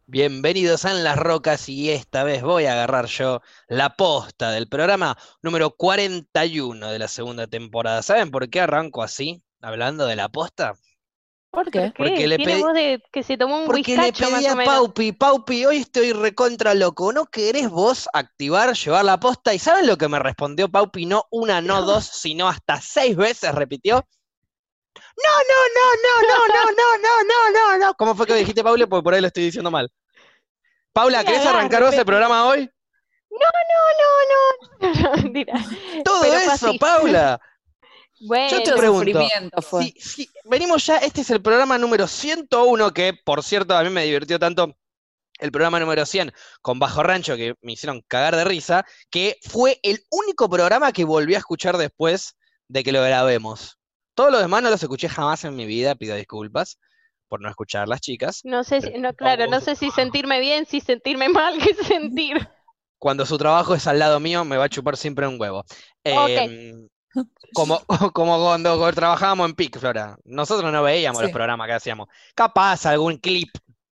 Bienvenidos a En las Rocas y esta vez voy a agarrar yo la posta del programa número 41 de la segunda temporada. ¿Saben por qué arranco así, hablando de la posta? ¿Por ¿Por qué? Porque qué? Tiene voz de que se tomó un le whiskacho, pedí más o a menos. Paupi, hoy estoy recontra loco, ¿no querés vos activar, llevar la posta? ¿Y saben lo que me respondió Paupi? No una, no dos, sino hasta 6 veces repitió. No, no, no, no, no, no, no, no, no, no, no. ¿Cómo fue que dijiste, Paula? Porque por ahí lo estoy diciendo mal. Paula, Me ¿querés hagas arrancar vos el repetir. programa hoy? No, no, no, no, no, mentira. Todo Pero fue eso, así. Paula. Yo te Mucho Bueno, pregunto, sufrimiento fue. si venimos ya, este es el programa número 101, que por cierto a mí me divirtió tanto el programa número 100 con Bajo Rancho, que me hicieron cagar de risa, que fue el único programa que volví a escuchar después de que lo grabemos. Todos los demás no los escuché jamás en mi vida, pido disculpas por no escuchar las chicas, no sé pero si, no, claro, no su sé si trabajo. sentirme bien, si sentirme mal, qué sentir. Cuando su trabajo es al lado mío, me va a chupar siempre un huevo. Ok, Em, como cuando trabajábamos en PIC, Flora. Nosotros no veíamos los Sí. programas que hacíamos. Capaz algún clip.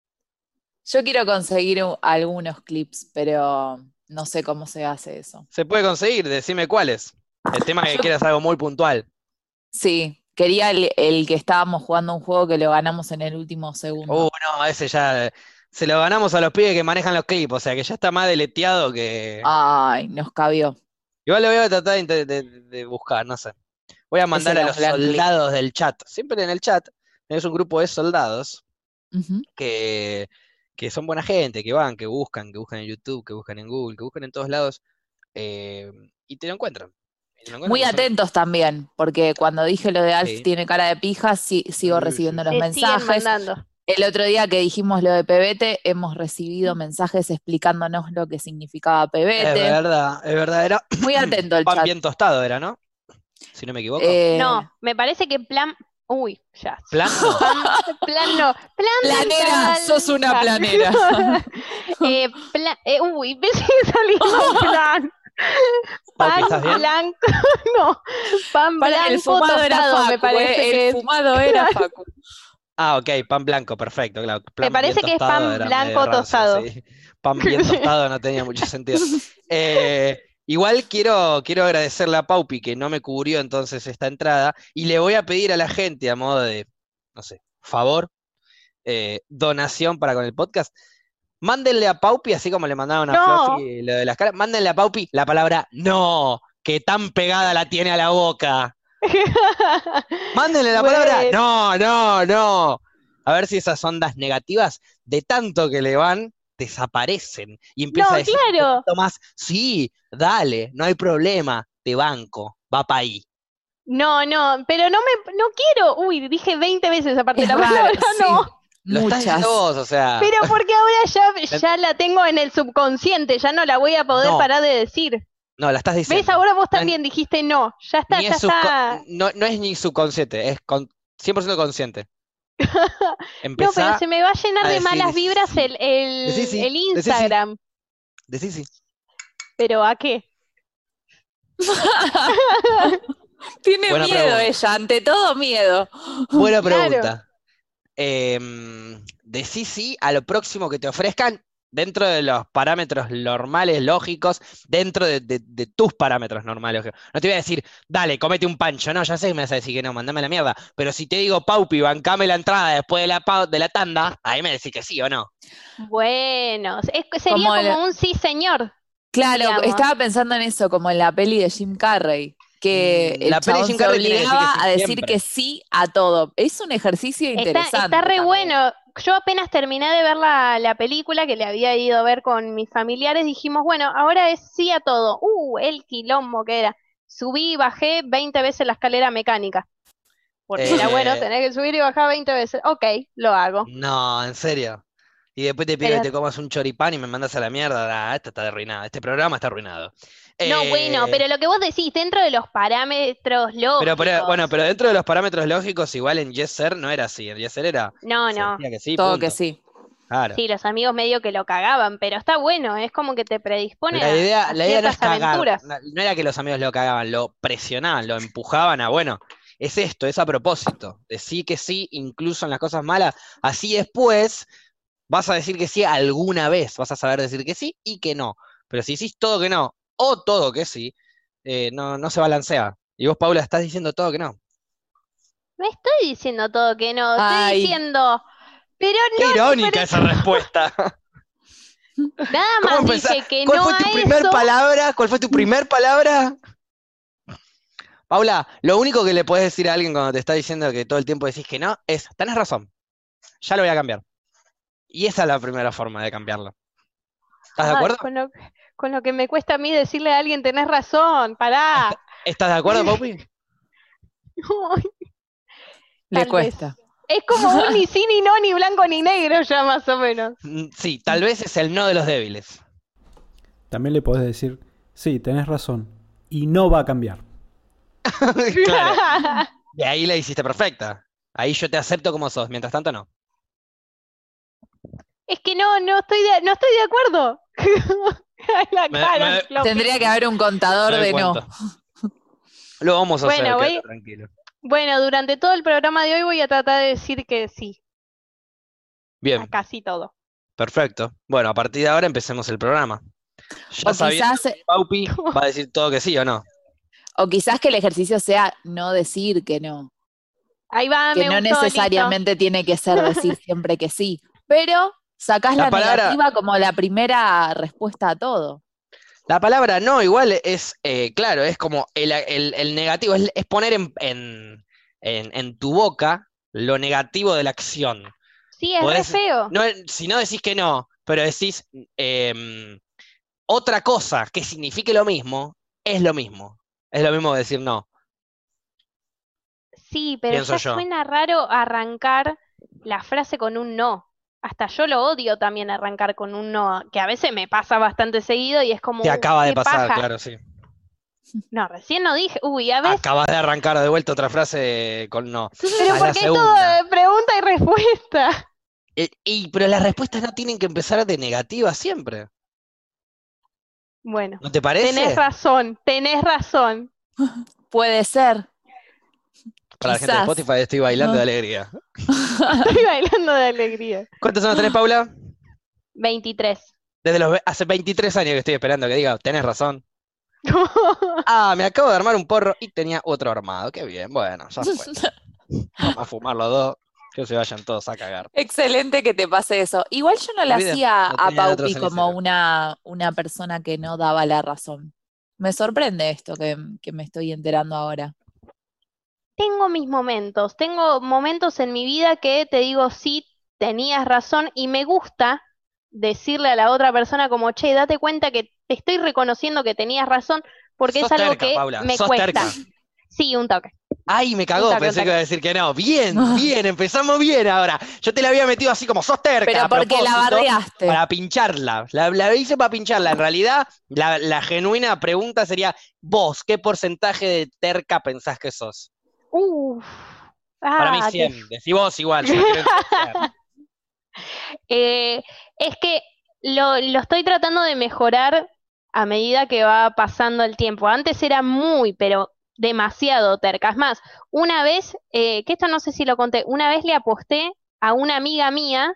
Yo quiero conseguir algunos clips, pero no sé cómo se hace eso. Se puede conseguir, decime cuáles. El tema es que Yo quieras algo muy puntual. sí, quería el que estábamos jugando un juego que lo ganamos en el último segundo. No, ese ya se lo ganamos a los pibes que manejan los clips, o sea que ya está más deleteado que. Ay, nos cabió. Igual lo voy a tratar de buscar, no sé. Voy a Ese mandar a era un los gran clip. soldados del chat. Siempre en el chat tenés un grupo de soldados Ujú. que, que son buena gente, que buscan en YouTube, que buscan en Google, que buscan en todos lados, eh, y te lo encuentran. Y te lo encuentran Muy porque son. atentos también, porque cuando dije lo de Alf Sí, tiene cara de pija, sí, sigo sí, sí, recibiendo los sí. te siguen mensajes. mandando. El otro día que dijimos lo de pebete, hemos recibido mensajes explicándonos lo que significaba pebete. Es verdad, era Muy atento el pan chat. bien tostado, era, ¿no? Si no me equivoco. Eh, No, me parece que plan. Uy, ya. Plan no. Plan no, plan Planera, sos dental. una Ah. planera. Uy, me sigue saliendo plan. Paupi, ¿estás Pan bien? blanco, no, pan Para el blanco fumado era tostado, me Facu, parece el que es. fumado era Facu. Ah, ok, pan blanco, perfecto, claro. Me Plan bien parece que es tostado pan era medio blanco rancio, tostado. sí. Pan bien tostado no tenía mucho sentido. Igual quiero agradecerle a Paupi que no me cubrió entonces esta entrada y le voy a pedir a la gente a modo de, no sé, favor, donación para con el podcast. Mándenle a Paupi, así como le mandaron a No, Fluffy lo de las caras, mándenle a Paupi la palabra no, que tan pegada la tiene a la boca. Mándenle la palabra bueno, no, no, no. A ver si esas ondas negativas, de tanto que le van, desaparecen y empieza a no, decir un claro. poquito más, sí, dale, no hay problema, te banco, va para ahí. No, no, pero no quiero. Uy, dije 20 veces aparte Es la raro, palabra sí, no. Lo estás diciendo muchas. vos, o sea, Pero porque ahora ya la tengo en el subconsciente, ya no la voy a poder no, parar de decir. no, la estás ¿Ves? diciendo. Ahora vos No es, también dijiste no. Ya está, ni ya es está. no, no es ni subconsciente, es 100% consciente. No, pero Empezá se me va a llenar a de decir malas vibras sí. Decí sí, el decí sí, Instagram. decí sí. ¿Pero a qué? Tiene Buena miedo pregunta. ella, ante todo miedo. Buena Claro. pregunta. Decí sí a lo próximo que te ofrezcan dentro de los parámetros normales, lógicos, dentro de tus parámetros normales. No te voy a decir, dale, comete un pancho. No, ya sé que me vas a decir que no, mandame la mierda. Pero si te digo, Paupi, bancame la entrada después de la tanda, ahí me decís que sí o no. Bueno, sería Como como un sí, señor, claro, digamos. estaba pensando en eso, como en la peli de Jim Carrey, que el La peli de chabón Jim se Carrey tenés que decir que obligaba sí a decir que siempre. sí a todo. Es un ejercicio Está interesante re también. bueno. Yo apenas terminé de ver la película que le había ido a ver con mis familiares, dijimos, bueno, ahora es sí a todo. El quilombo que era. Subí y bajé 20 veces la escalera mecánica, porque era bueno, Eh, tener que subir y bajar 20 veces. Ok, lo hago. no, en serio. Y después te pido que Pero te comas un choripán y me mandas a la mierda. Esto está arruinado. Este programa está arruinado. no, bueno, Eh, pero lo que vos decís, dentro de los parámetros bueno, lógicos. pero dentro de los parámetros lógicos, igual en Yes Sir no era así. En Yes Sir era, No, se no. decía que sí, Todo que punto. sí. Claro. Sí, los amigos medio que lo cagaban, pero está bueno, es como que te predispone a La idea no es ciertas cagar, aventuras. no era que los amigos lo cagaban, lo presionaban, lo empujaban a, bueno, es esto, es a propósito. Decí que sí, incluso en las cosas malas. Así después, vas a decir que sí alguna vez, vas a saber decir que sí y que no. Pero si decís todo que no o todo que sí, no se balancea. Y vos, Paula, estás diciendo todo que no. No estoy diciendo todo que no, estoy Ay, diciendo, pero Qué irónica esa pero respuesta. nada ¿Cómo más empezás? dije que ¿Cuál no fue a tu primer eso. palabra? ¿Cuál fue tu primer palabra? Paula, lo único que le puedes decir a alguien cuando te está diciendo que todo el tiempo decís que no es, tenés razón, ya lo voy a cambiar. Y esa es la primera forma de cambiarlo. ¿Estás de Ay, acuerdo? con lo que me cuesta a mí decirle a alguien, tenés razón, pará. ¿Estás de acuerdo, Paupi? le Tal vez. cuesta. Es como un ni sí, ni no, ni blanco, ni negro ya más o menos. Sí, tal vez es el no de los débiles. También le podés decir, sí, tenés razón, y no va a cambiar. Claro. Y ahí la hiciste perfecta. Ahí yo te acepto como sos, mientras tanto no. Es que no estoy de acuerdo. La Me- cara, me- Floppy. Tendría que haber un contador Me doy de no. cuenta. Lo vamos a Bueno, hacer, voy- quédate tranquilo. Bueno, durante todo el programa de hoy voy a tratar de decir que sí, a Bien, casi todo. perfecto. Bueno, a partir de ahora empecemos el programa. Ya O sabiendo quizás, que Paupi va a decir todo que sí o no. o quizás que el ejercicio sea no decir que no. Ahí va, Que me no gustó, listo. necesariamente tiene que ser decir siempre que sí. Pero sacás La la palabra- negativa como la primera respuesta a todo. La palabra no igual es, claro, es como el negativo, es poner en tu boca lo negativo de la acción. Sí, es re feo. Si no decís que no, pero decís otra cosa que signifique lo mismo, es lo mismo. Es lo mismo que decir no, Sí, pero pienso ya yo. suena raro arrancar la frase con un no. Hasta yo lo odio también arrancar con un no, que a veces me pasa bastante seguido y es como, Te acaba de qué pasar, paja. claro, sí. No, recién no dije, uy, a veces, Acabas de arrancar de vuelta otra frase con no. pero Ya es la porque es todo segunda. de pregunta y respuesta. Pero las respuestas no tienen que empezar de negativa siempre. Bueno, ¿No te parece? tenés razón. Puede ser. Para la gente de Quizás. Spotify estoy bailando de alegría. Estoy bailando de alegría. ¿Cuántos años tenés, Paula? 23. Hace 23 años que estoy esperando que diga, tenés razón. Ah, me acabo de armar un porro y tenía otro armado. Qué bien, bueno, ya fue. Vamos a fumar los dos, que se vayan todos a cagar. Excelente que te pase eso. Igual yo no le Olvidé, hacía lo a tenía en otro Paupi como cenicero. una persona que no daba la razón. Me sorprende esto que me estoy enterando ahora. Tengo momentos en mi vida que te digo, sí, tenías razón y me gusta decirle a la otra persona como, che, date cuenta que te estoy reconociendo que tenías razón porque Sos es algo terca, que Paula, me sos cuesta. terca. Sí, un toque. Ay, me cagó, Un toque, pensé un que iba a toque. decir que no. Bien, bien, empezamos bien ahora. Yo te la había metido así como sos terca Pero a porque la propósito bardeaste. para pincharla. La hice para pincharla. En realidad, la genuina pregunta sería, vos, ¿qué porcentaje de terca pensás que sos? Uf. Para mí Ah, 100. Decí vos igual, yo no quiero influenciar. Eh, es que lo estoy tratando de mejorar a medida que va pasando el tiempo. Antes era muy, pero demasiado terca. Es más, una vez, que esto no sé si lo conté, una vez le aposté a una amiga mía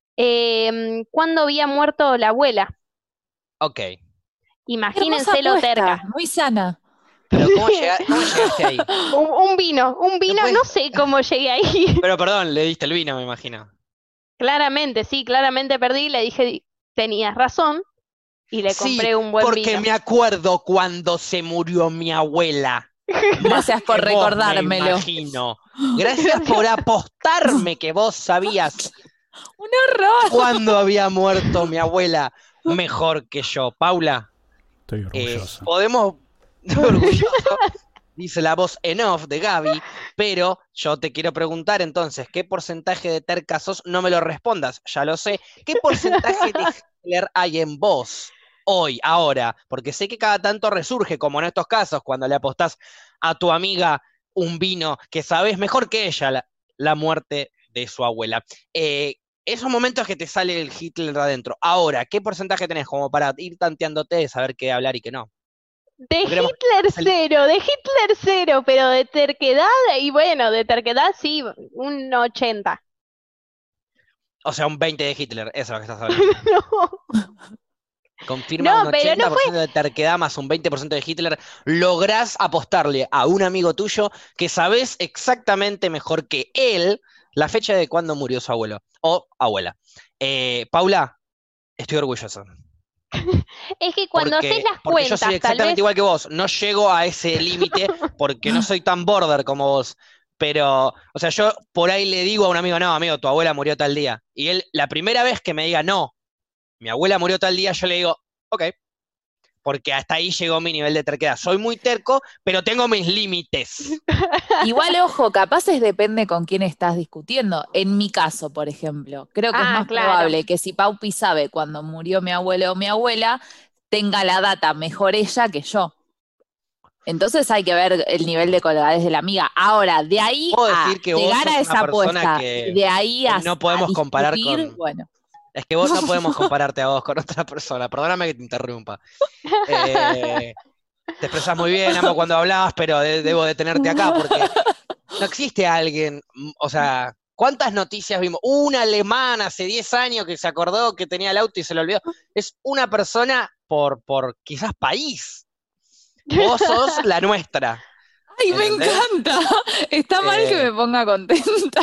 cuando había muerto la abuela. Ok. Hermosa Imagínense lo apuesta, terca. muy sana. Pero ¿cómo llegaste ahí? Un vino, Después- no sé cómo llegué ahí. Pero perdón, le diste el vino, me imagino. Claramente, sí, claramente perdí, le dije, tenías razón, y le Sí, compré un buen porque vino. me acuerdo cuando se murió mi abuela. Gracias por Que vos, me recordármelo. imagino. Gracias por apostarme que vos sabías Un horror. cuándo había muerto mi abuela mejor que yo. Paula, Estoy orgulloso. podemos... Orgulloso, dice la voz en off de Gaby, pero yo te quiero preguntar entonces, ¿qué porcentaje de terca sos? No me lo respondas, ya lo sé. ¿Qué porcentaje de Hitler hay en vos hoy, ahora? Porque sé que cada tanto resurge, como en estos casos, cuando le apostás a tu amiga un vino que sabes mejor que ella la muerte de su abuela. Esos momentos que te sale el Hitler de adentro. Ahora, ¿qué porcentaje tenés como para ir tanteándote, saber qué hablar y qué no? De No queremos Hitler cero, pero de terquedad, y bueno, de terquedad sí, un 80. O sea, un 20 de Hitler, eso es lo que estás hablando. No, Confirma no, un pero no 80% de terquedad más un 20% de Hitler. Lográs apostarle a un amigo tuyo que sabés exactamente mejor que él la fecha de cuando murió su abuelo o abuela. Paula, estoy orgulloso. es que cuando haces las Porque yo soy cuentas, tal exactamente vez, igual que vos. No llego a ese límite porque no soy tan border como vos. Pero, o sea, yo por ahí le digo a un amigo, no, amigo, tu abuela murió tal día. Y él, la primera vez que me diga, no, mi abuela murió tal día, yo le digo, ok, porque hasta ahí llegó mi nivel de terquedad. Soy muy terco, pero tengo mis límites. Igual, ojo, capaces depende con quién estás discutiendo. En mi caso, por ejemplo, creo que es más claro. probable que si Paupi sabe cuando murió mi abuelo o mi abuela, tenga la data mejor ella que yo. Entonces hay que ver el nivel de colgadez de la amiga. Ahora, de ahí Puedo a decir que vos llegar sos a una esa persona apuesta y que de ahí a no podemos comparar discutir, con... bueno. Es que vos no podemos compararte a vos con otra persona. Perdóname que te interrumpa. Eh, Te expresás muy bien, amo cuando hablabas, pero debo detenerte acá porque no existe alguien, o sea, ¿cuántas noticias vimos? Un alemán hace 10 años que se acordó que tenía el auto y se lo olvidó. Es una persona por quizás país. Vos sos la nuestra, ¡Ay, me ¿entendés? encanta! Está mal que Eh, me ponga contenta.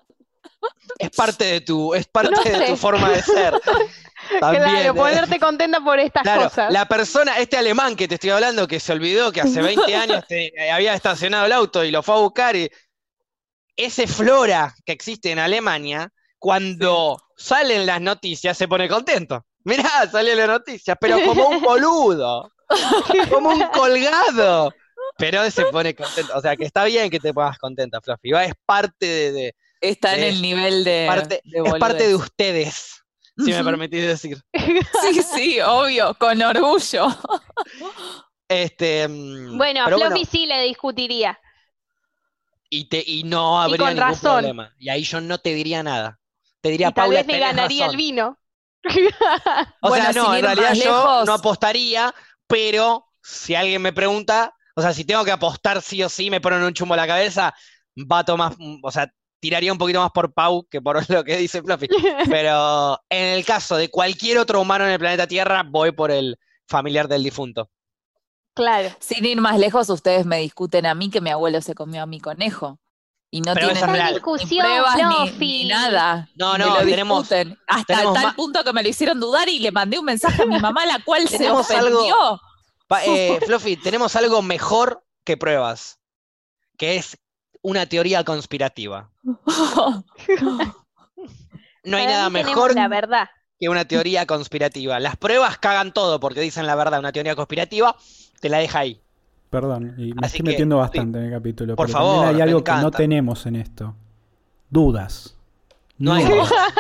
es parte de tu No tu sé. forma de ser. También. Claro, ponerte contenta por estas Claro, cosas. la persona, este alemán que te estoy hablando, que se olvidó que hace 20 años había estacionado el auto y lo fue a buscar y ese flora que existe en Alemania, cuando salen las noticias, se pone contento. Mirá, salió la noticia, pero como un boludo, como un colgado. Pero se pone contento. O sea, que está bien que te pongas contenta, Fluffy. Es parte Está en de el eso. nivel de Es parte de boludez. ustedes, si me Ujú. permitís decir. Sí, sí, obvio, con orgullo. Bueno, a Pero bueno, Fluffy sí le discutiría. y no Y habría con ningún razón. problema. Y ahí yo no te diría nada. Te diría, Y tal Paula, vez le tenés ganaría el razón. vino. O Bueno, sea, sin no, en ir realidad más yo no lejos, apostaría, pero si alguien me pregunta, o sea, si tengo que apostar sí o sí, me ponen un chumbo a la cabeza, vato más, o sea, tiraría un poquito más por Pau que por lo que dice Fluffy. Pero en el caso de cualquier otro humano en el planeta Tierra, voy por el familiar del difunto. Claro. sin ir más lejos, ustedes me discuten a mí que mi abuelo se comió a mi conejo. Y no Pero esa tienen es No hay la... ni discusión, pruebas ni Fluffy. nada. No, Y me lo no, discuten. Hasta tenemos tal más, punto que me lo hicieron dudar y le mandé un mensaje a mi mamá, la cual se tenemos ofendió. algo, Fluffy, tenemos algo mejor que pruebas, que es una teoría conspirativa. No hay Para nada mí tenemos mejor la verdad. que una teoría conspirativa. Las pruebas cagan todo porque dicen la verdad. Una teoría conspirativa te la deja ahí. Perdón, y me Así estoy que, metiendo sí, bastante en el capítulo, por pero también hay favor, me algo que no encanta. tenemos en esto. Dudas. No hay No hay. dudas.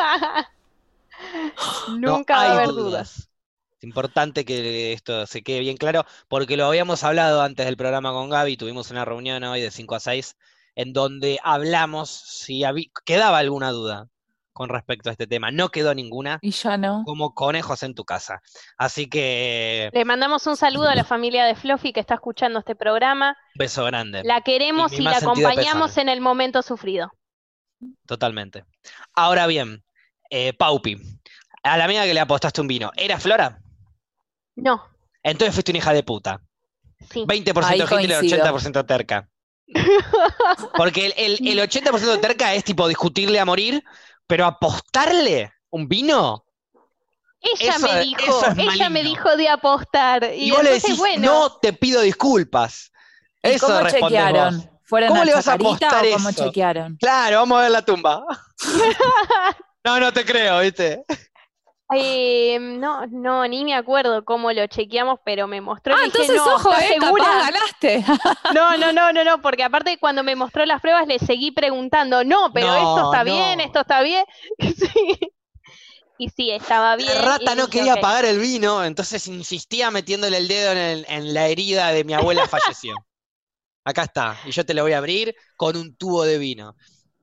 No Nunca va a hay haber dudas. dudas. Es importante que esto se quede bien claro porque lo habíamos hablado antes del programa con Gaby. Tuvimos una reunión hoy de 5 a 6 en donde hablamos si quedaba alguna duda con respecto a este tema. No quedó ninguna, Y ya no. como conejos en tu casa. Así que, Le mandamos un saludo a la familia de Fluffy que está escuchando este programa. beso grande. La Y queremos mi y la más sentido acompañamos pésame. en el momento sufrido. Totalmente. Ahora bien, Paupi, a la amiga que le apostaste un vino, ¿era Flora? No, Entonces fuiste una hija de puta. sí. 20% Ahí Hitler, coincido. 80% terca. Porque el 80% terca es tipo discutirle a morir, pero apostarle un vino, eso es Ella me maligno. dijo de apostar. Y Y vos le entonces, decís, bueno, no te pido disculpas. ¿Y Eso cómo respondés vos. chequearon? ¿Fueron ¿Cómo a le vas a Chacarita apostar o cómo eso? chequearon? Claro, vamos a ver la tumba. No, no te creo, ¿viste? no, no, ni me acuerdo cómo lo chequeamos, pero me mostró y Ah, le dije, entonces no, ojo, ¿estás capaz segura? ganaste. No, no, no, no, no, porque aparte cuando me mostró las pruebas le seguí preguntando, no, pero esto No, está bien, no. esto está bien. Sí. Y sí, estaba La bien y rata no dije, quería ok. pagar el vino, entonces insistía metiéndole el dedo en la herida de mi abuela falleció. Acá está, y yo te lo voy a abrir con un tubo de vino.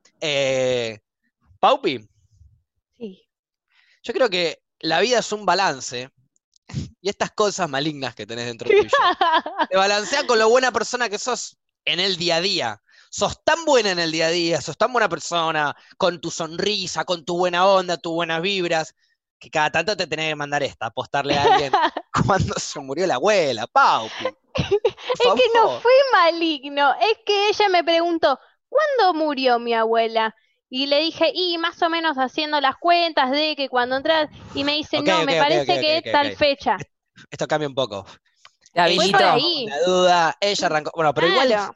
Paupi, Sí. yo creo que la vida es un balance y estas cosas malignas que tenés dentro tuyo te balancean con lo buena persona que sos en el día a día. sos tan buena en el día a día, sos tan buena persona, con tu sonrisa, con tu buena onda, tus buenas vibras, que cada tanto te tenés que mandar apostarle a alguien cuando se murió la abuela, Paupi. Es que no fue maligno, es que ella me preguntó, ¿cuándo murió mi abuela? Y le dije, y más o menos haciendo las cuentas de que cuando entras, y me dice, no, me parece que es tal fecha. Esto cambia un poco. Fue por ahí. La duda, ella arrancó, bueno, pero Claro.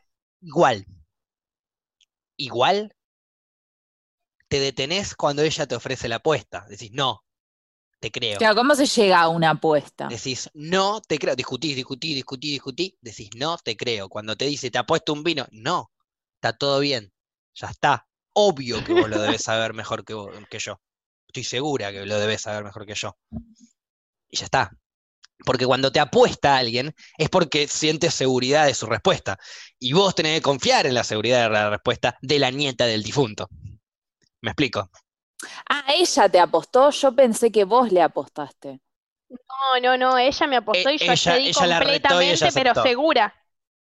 igual te detenés cuando ella te ofrece la apuesta, decís, no, te creo. Claro, ¿cómo se llega a una apuesta? Decís, no te creo. Discutís. Decís, no te creo. Cuando te dice, te apuesto un vino, no, está todo bien. Ya está. Obvio que vos lo debés saber mejor que yo. Estoy segura que lo debés saber mejor que yo. Y ya está. Porque cuando te apuesta a alguien, es porque sientes seguridad de su respuesta. Y vos tenés que confiar en la seguridad de la respuesta de la nieta del difunto. ¿Me explico? Ah, ella te apostó, yo pensé que vos le apostaste. No, ella me apostó y yo accedí completamente, pero segura.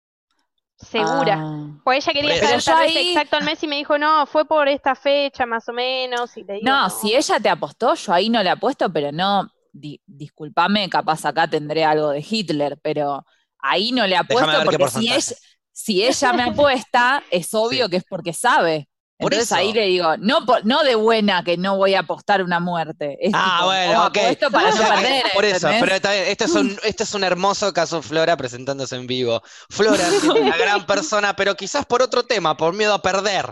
Pues ella quería saber tal vez exacto el mes y me dijo, no, fue por esta fecha más o menos. Y le digo, no, si ella te apostó, yo ahí no le apuesto, pero no, discúlpame, capaz acá tendré algo de Hitler, pero ahí no le apuesto porque si ella me apuesta, es obvio que es porque sabe. Entonces ahí le digo, no de buena que no voy a apostar una muerte. Es tipo, bueno, ok. Apuesto para no perder. Por eso, pero está bien. Este es un hermoso caso Flora presentándose en vivo. Flora es una gran persona, pero quizás por otro tema, por miedo a perder.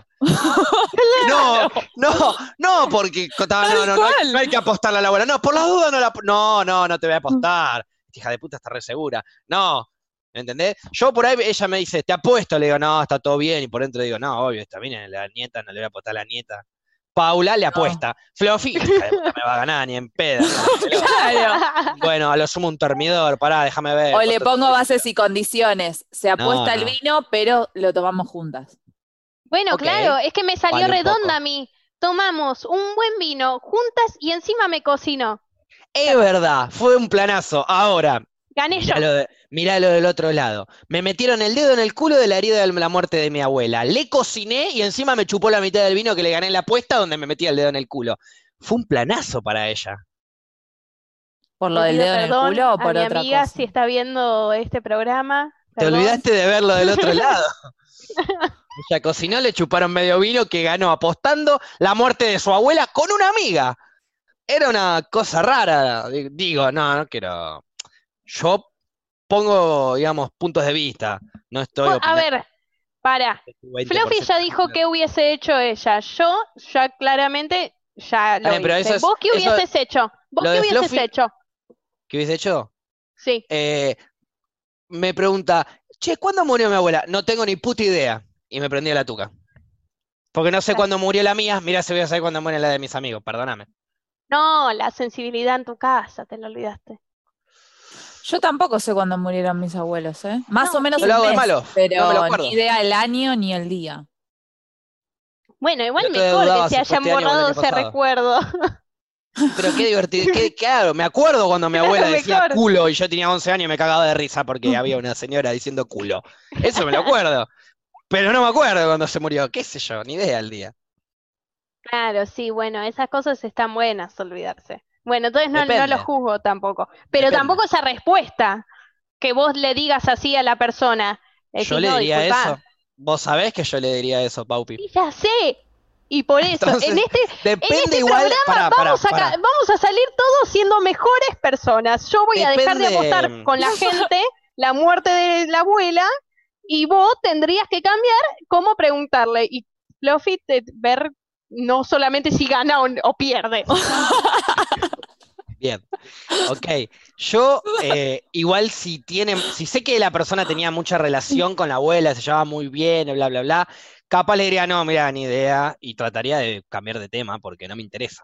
No, porque no hay que apostarle a la abuela. No, por la duda no te voy a apostar. Esta hija de puta está re segura. No. ¿Me entendés? Yo por ahí, ella me dice, te apuesto, le digo, no, está todo bien, y por dentro digo, no, obvio, está bien, la nieta, no le voy a apostar a la nieta. Paula le apuesta. Fluffy, hija de puta, me va a ganar, ni en pedo. Claro. Bueno, a lo sumo un termidor, pará, déjame ver. O le pongo bases y condiciones. Se apuesta el vino, pero lo tomamos juntas. Bueno, claro, es que me salió redonda a mí. Tomamos un buen vino juntas y encima me cocinó. Es verdad, fue un planazo. Ahora, gané yo. Mirá lo del otro lado. Me metieron el dedo en el culo de la herida de la muerte de mi abuela. Le cociné y encima me chupó la mitad del vino que le gané en la apuesta donde me metía el dedo en el culo. Fue un planazo para ella. ¿Por lo del dedo en el culo o por otra cosa? Mi amiga, si está viendo este programa. Te olvidaste de verlo del otro lado. Ella cocinó, le chuparon medio vino que ganó apostando la muerte de su abuela con una amiga. Era una cosa rara. Digo, no quiero. Yo pongo, digamos, puntos de vista. No estoy opinando. A ver, para. Fluffy ya dijo qué hubiese hecho ella. Yo ya claramente ya lo hice. ¿Vos qué hubieses hecho? ¿Qué hubiese hecho? Sí. Me pregunta, che, ¿cuándo murió mi abuela? No tengo ni puta idea. Y me prendí a la tuca. Porque no sé cuándo murió la mía. Mirá si voy a saber cuándo muere la de mis amigos. Perdóname. No, la sensibilidad en tu casa, te lo olvidaste. Yo tampoco sé cuándo murieron mis abuelos, ¿eh? Más o menos un mes, pero ni idea el año ni el día. Bueno, igual mejor que se hayan borrado ese recuerdo. Pero qué divertido, claro, me acuerdo cuando mi abuela decía culo y yo tenía 11 años y me cagaba de risa porque había una señora diciendo culo. Eso me lo acuerdo. Pero no me acuerdo cuando se murió, qué sé yo, ni idea el día. Claro, sí, bueno, esas cosas están buenas, olvidarse. Bueno, entonces no lo juzgo tampoco. Pero tampoco esa respuesta que vos le digas así a la persona. Yo le diría eso. Vos sabés que yo le diría eso, Paupi. Sí, ya sé. Y por eso, entonces, en este igual, programa vamos a salir todos siendo mejores personas. Yo voy a dejar de apostar con la gente la muerte de la abuela y vos tendrías que cambiar cómo preguntarle. Y Fluffy, ver no solamente si gana o pierde. Bien, ok. Yo igual si sé que la persona tenía mucha relación con la abuela, se llevaba muy bien, bla, bla, bla, capaz le diría, no, mira, ni idea, y trataría de cambiar de tema porque no me interesa.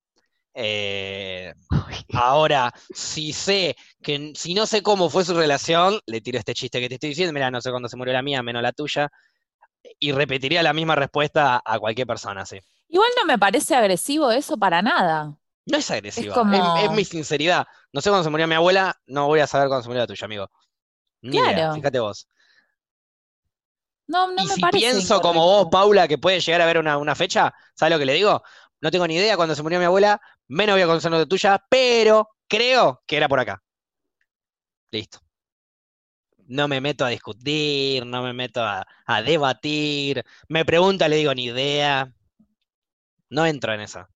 Ahora, si no sé cómo fue su relación, le tiro este chiste que te estoy diciendo, mira, no sé cuándo se murió la mía, menos la tuya, y repetiría la misma respuesta a cualquier persona, sí. Igual no me parece agresivo eso para nada. No es agresiva, es mi sinceridad. No sé cuándo se murió mi abuela, no voy a saber cuándo se murió la tuya, amigo. Ni idea, fíjate vos. No Y me si parece pienso como vos, incorrecto. Paula, que puede llegar a haber una fecha, ¿sabes lo que le digo? No tengo ni idea cuando se murió mi abuela, menos voy a conocer de tuya, pero creo que era por acá. Listo. No me meto a discutir, no me meto a debatir. Me pregunta, le digo, ni idea. No entro en esa.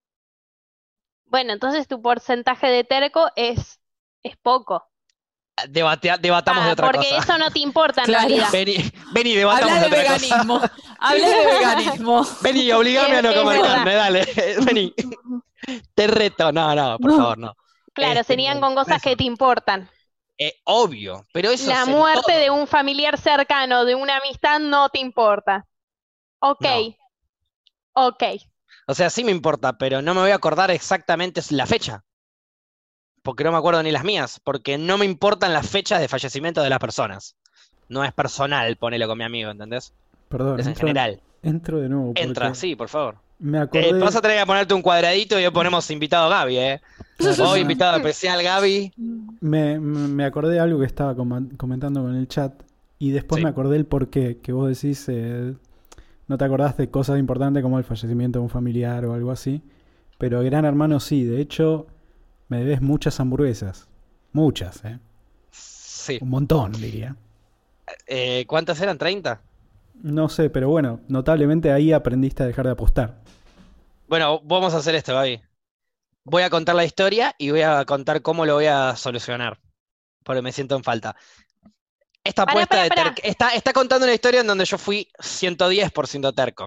Bueno, entonces tu porcentaje de terco es poco. Debatamos de otra Porque cosa. eso no te importa en Claro. realidad. Vení, debatamos Habla de de otra cosa. veganismo. Habla de veganismo. Vení, obligame a no Es comer verdad. carne, dale. Vení. Te reto. No, por favor, no. Claro, serían con cosas Eso. que te importan. Obvio, pero eso La es en muerte de todo. un familiar cercano, de una amistad, no te importa. Ok, No. ok. O sea, sí me importa, pero no me voy a acordar exactamente la fecha. Porque no me acuerdo ni las mías. Porque no me importan las fechas de fallecimiento de las personas. No es personal, ponelo con mi amigo, ¿entendés? Perdón, Es en general. entro de nuevo Entra, porque sí, por favor. me Vas acordé, a tener que ponerte un cuadradito y hoy ponemos invitado a Gaby, ¿eh? claro, Hoy invitado especial Gaby. me acordé de algo que estaba comentando con el chat y después Sí. me acordé el porqué, que vos decís, no te acordás de cosas importantes como el fallecimiento de un familiar o algo así, pero Gran Hermano sí, de hecho me debes muchas hamburguesas, muchas, Sí. un montón diría. ¿Cuántas eran? ¿30? No sé, pero bueno, notablemente ahí aprendiste a dejar de apostar. Bueno, vamos a hacer esto, Gaby. Voy a contar la historia y voy a contar cómo lo voy a solucionar. Porque me siento en falta. Esta Pará, apuesta pará, de pará. está contando una historia en donde yo fui 110% terco.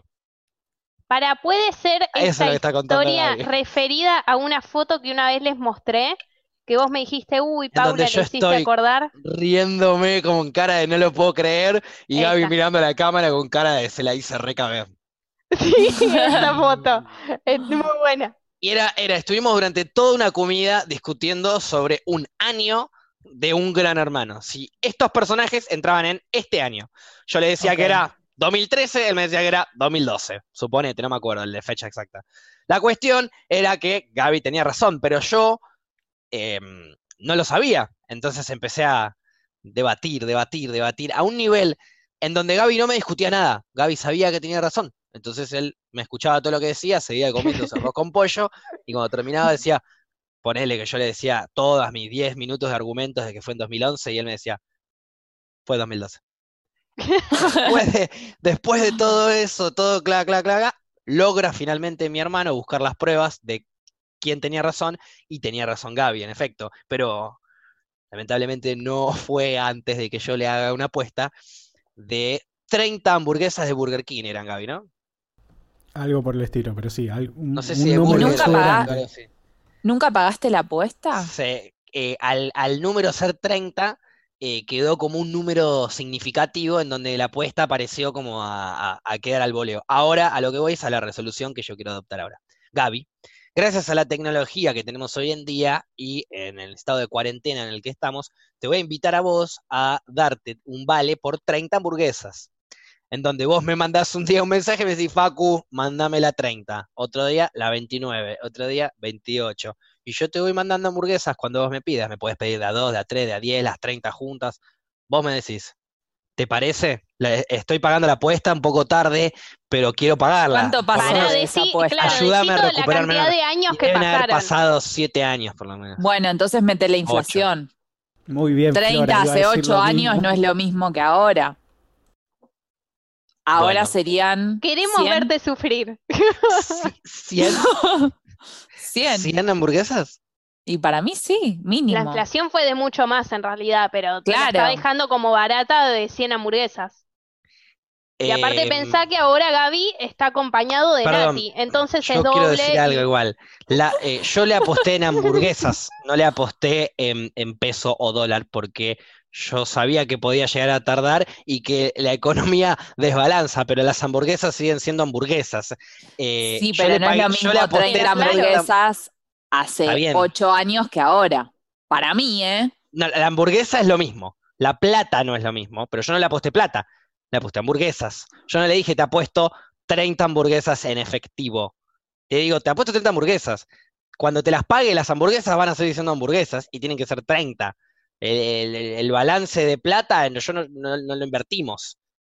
¿Puede ser Eso es esta lo que está contando historia Gaby. referida a una foto que una vez les mostré? Que vos me dijiste, uy, En donde Paula, le yo hiciste estoy acordar. riéndome con cara de no lo puedo creer y Gaby Esa. mirando a la cámara con cara de se la hice recaber. Sí, esa foto. Es muy buena. Y estuvimos durante toda una comida discutiendo sobre un año de un Gran Hermano. Si estos personajes entraban en este año. Yo le decía Ok. que era 2013, él me decía que era 2012. Suponete, no me acuerdo la fecha exacta. La cuestión era que Gaby tenía razón, pero yo eh, no lo sabía. Entonces empecé a debatir, a un nivel en donde Gaby no me discutía nada. Gaby sabía que tenía razón. Entonces él me escuchaba todo lo que decía, seguía comiendo arroz con pollo, y cuando terminaba decía, ponele que yo le decía todas mis 10 minutos de argumentos de que fue en 2011, y él me decía, fue 2012. Después de todo eso, todo logra finalmente mi hermano buscar las pruebas de quién tenía razón, y tenía razón Gaby, en efecto, pero lamentablemente no fue antes de que yo le haga una apuesta de 30 hamburguesas de Burger King, eran Gaby, ¿no? Algo por el estilo, pero sí, No sé un si de número Burger nunca o de pagá- algo exuberante. así. ¿Nunca pagaste la apuesta? Al número ser 30, quedó como un número significativo en donde la apuesta pareció como a quedar al voleo. Ahora, a lo que voy es a la resolución que yo quiero adoptar ahora. Gaby, gracias a la tecnología que tenemos hoy en día y en el estado de cuarentena en el que estamos, te voy a invitar a vos a darte un vale por 30 hamburguesas. En donde vos me mandás un día un mensaje y me decís, Facu, mandame la 30, otro día la 29, otro día 28. Y yo te voy mandando hamburguesas cuando vos me pidas. Me puedes pedir de a 2, de a 3, de a 10, las 30 juntas. Vos me decís, ¿te parece? Estoy pagando la apuesta un poco tarde, pero quiero pagarla. ¿Cuánto Por lo pasó Pará, menos de esa decí, apuesta? claro, ayúdame a decito la recuperarme. cantidad de años Y que deben haber pasaron. pasado 7 años, por lo menos. Bueno, entonces mete la 8. inflación. Muy bien, Flora, 30 iba a hace decir 8 lo años mismo. no es lo mismo que ahora. Ahora Bueno, serían Queremos 100. verte sufrir. ¿100? 100. ¿100 hamburguesas? Y para mí sí, La mínimo. inflación fue de mucho más en realidad, pero te la está Claro. dejando como barata de 100 hamburguesas. Y aparte pensá que ahora Gaby está acompañado de Perdón, Nati, entonces es yo quiero doble decir algo y igual. Yo le aposté en hamburguesas, no le aposté en peso o dólar, porque yo sabía que podía llegar a tardar y que la economía desbalanza, pero las hamburguesas siguen siendo hamburguesas. Sí, Yo pero le no es lo yo le mismo aposté 30 en 30. hamburguesas Está hace bien. 8 años que ahora. Para mí, ¿eh? No, la hamburguesa es lo mismo. La plata no es lo mismo, pero yo no le aposté plata, le aposté hamburguesas. Yo no le dije te apuesto 30 hamburguesas en efectivo. Te digo, te apuesto 30 hamburguesas. Cuando te las pague, las hamburguesas van a seguir siendo hamburguesas y tienen que ser 30. El balance de plata, no lo invertimos.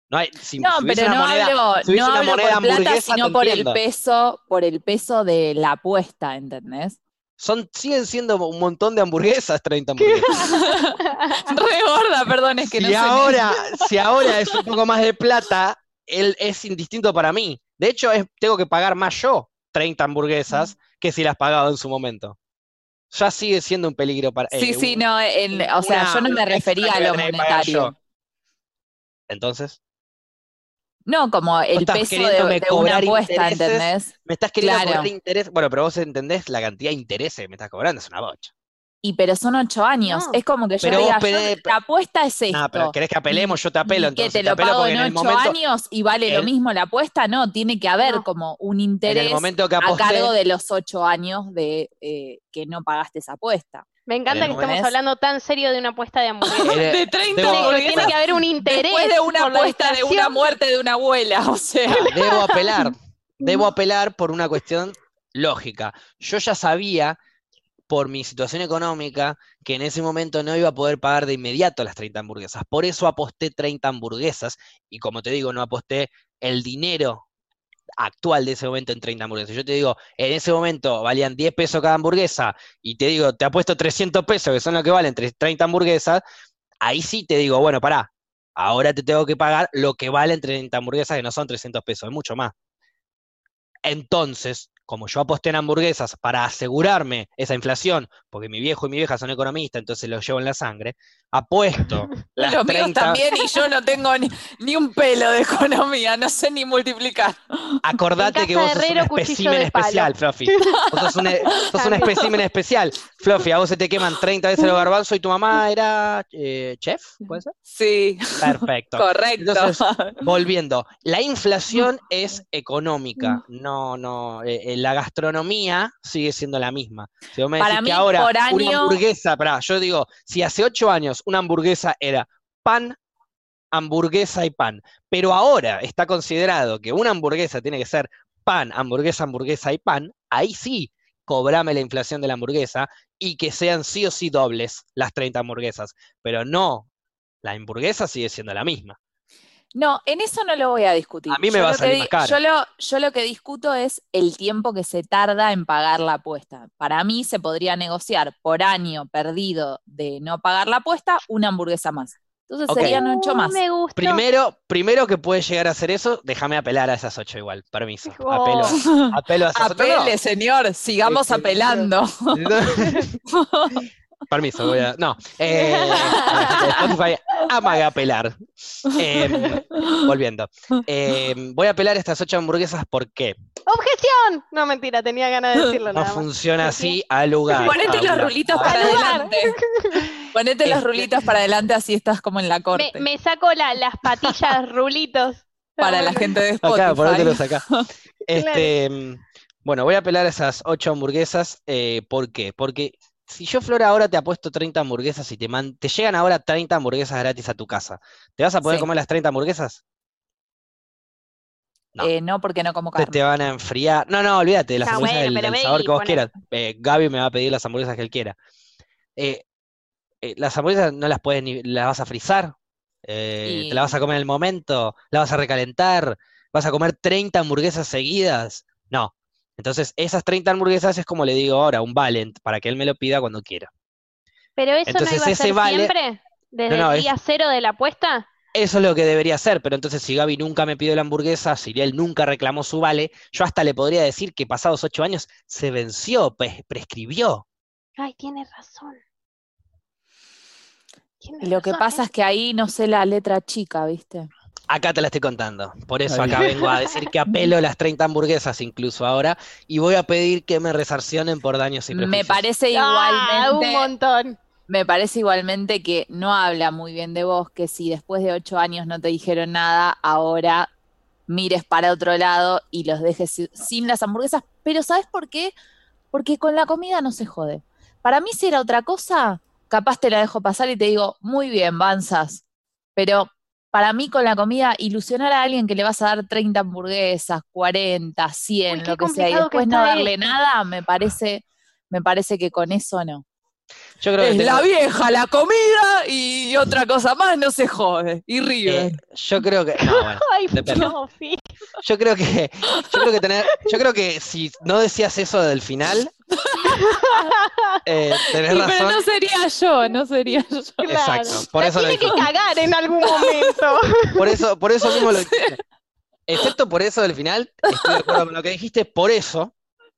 No hay, si No, hubiese pero una no moneda, hablo, si hubiese no una hablo moneda por plata, hamburguesa, sino te por entiendo. por el peso de la apuesta, ¿entendés? Siguen siendo un montón de hamburguesas, 30 hamburguesas. Re gorda, perdón, es que no sé. Si ahora es un poco más de plata, él es indistinto para mí. De hecho, tengo que pagar más yo 30 hamburguesas que si las pagaba en su momento. Ya sigue siendo un peligro para... Sí, no, o sea, yo no un me extra refería que a voy a lo tener que pagar yo. monetario. Entonces, No, como vos el estás peso queriéndome de una cobrar apuesta, intereses, ¿entendés? me estás queriendo cobrar Claro. interés. Bueno, pero vos entendés la cantidad de intereses que me estás cobrando, es una bocha. Pero son 8 años. No. Es como que yo Pero te vos diga, la apuesta es No, pero esto. ¿querés que apelemos? Yo te apelo, Y que entonces te te lo apelo pago porque en en el 8 momento, años y vale lo en, mismo la apuesta. No, tiene que haber No. como un en el interés momento que a cargo aposté, de los 8 años de que no pagaste esa apuesta. Me en encanta el que momento, estemos hablando tan serio de una apuesta de hamburguesas. De 30 Tiene que haber un interés después de una por la apuesta de una inflación. muerte de una abuela, o sea. debo apelar por una cuestión lógica. Yo ya sabía por mi situación económica que en ese momento no iba a poder pagar de inmediato las 30 hamburguesas. Por eso aposté 30 hamburguesas y como te digo, no aposté el dinero actual de ese momento en 30 hamburguesas. Yo te digo, en ese momento valían 10 pesos cada hamburguesa y te digo, te apuesto 300 pesos, que son lo que valen 30 hamburguesas, ahí sí te digo, bueno, pará, ahora te tengo que pagar lo que valen 30 hamburguesas, que no son 300 pesos, es mucho más. Entonces, como yo aposté en hamburguesas para asegurarme esa inflación, porque mi viejo y mi vieja son economistas, entonces lo llevo en la sangre, apuesto las Los míos 30... también y yo no tengo ni un pelo de economía, no sé ni multiplicar. Acordate En que casa vos de sos un Herrero, cuchillo espécimen de palo. especial, Fluffy. Vos sos un espécimen especial. Fluffy, a vos se te queman 30 veces los garbanzos y tu mamá era chef, ¿puede ser? Sí, Perfecto. correcto. Entonces, volviendo, la inflación es económica, la gastronomía sigue siendo la misma. Si vos me decís Para que mí, ahora por una año, hamburguesa, yo digo, si hace 8 años una hamburguesa era pan, hamburguesa y pan, pero ahora está considerado que una hamburguesa tiene que ser pan, hamburguesa, hamburguesa y pan, ahí sí, cobrame la inflación de la hamburguesa y que sean sí o sí dobles las 30 hamburguesas, pero no, la hamburguesa sigue siendo la misma. no, en eso no lo voy a discutir. A mí me va a salir más caro. Yo lo que discuto es el tiempo que se tarda en pagar la apuesta. Para mí se podría negociar por año perdido de no pagar la apuesta una hamburguesa más. Entonces Ok. serían 8 más. Me gustó. Primero que puede llegar a hacer eso, déjame apelar a esas 8 igual, permiso. Oh. Apelo a esas 8. Apele, señor, sigamos apelando. Permiso, voy a. No. La gente de Spotify ama apelar. Volviendo. Voy a apelar estas 8 hamburguesas, ¿por qué? ¡Objeción! No, mentira, tenía ganas de decirlo No nada más. funciona así al lugar. Ponete los rulitos para adelante. Ponete los rulitos para adelante, así estás como en la corte. Me saco las patillas rulitos. Para la gente de Spotify. Acá, ponételos acá. Claro. Bueno, voy a apelar a esas 8 hamburguesas. ¿Por qué? Porque si yo, Flora, ahora te apuesto 30 hamburguesas y te llegan ahora 30 hamburguesas gratis a tu casa, ¿te vas a poder Sí. comer las 30 hamburguesas? No. No, porque no como carne. Te van a enfriar. No, olvídate, de las hamburguesas bueno, pero del ve sabor y que vos poné. quieras. Gaby me va a pedir las hamburguesas que él quiera. Las hamburguesas no las puedes ni, las vas a frizar, te las vas a comer en el momento, las vas a recalentar, vas a comer 30 hamburguesas seguidas. No. Entonces, esas 30 hamburguesas es como le digo ahora, un vale para que él me lo pida cuando quiera. Pero eso Entonces, no iba a ese ser vale- siempre, desde No, el día cero de la apuesta. Eso es lo que debería ser, pero entonces si Gaby nunca me pidió la hamburguesa, si él nunca reclamó su vale, yo hasta le podría decir que pasados 8 años se venció, prescribió. Ay, tienes razón. Lo que pasa es que ahí no sé la letra chica, ¿viste? Acá te la estoy contando, por eso Ahí. acá vengo a decir que apelo las 30 hamburguesas incluso ahora y voy a pedir que me resarcionen por daños y Me prejuicios. parece un igualmente, montón. me parece igualmente que no habla muy bien de vos, que si después de 8 años no te dijeron nada, ahora mires para otro lado y los dejes sin las hamburguesas. Pero ¿sabes por qué? Porque con la comida no se jode. Para mí si era otra cosa, capaz te la dejo pasar y te digo, muy bien, Banzas. Pero para mí con la comida, ilusionar a alguien que le vas a dar 30 hamburguesas, 40, 100, Uy, qué lo que sea, y complicado que después no está darle esto. nada, me parece que con eso no. Yo creo es la vieja, la comida y otra cosa más, no se jode. Y River. Yo creo que. No, bueno. Ay, depende. no, sí. Yo creo que si no decías eso del final, tenés Pero razón. no sería yo, no sería yo. Exacto, por La eso lo tiene que dijiste. cagar en algún momento. Por eso mismo lo dijiste. Excepto por eso del final, estoy de acuerdo con lo que dijiste, por eso,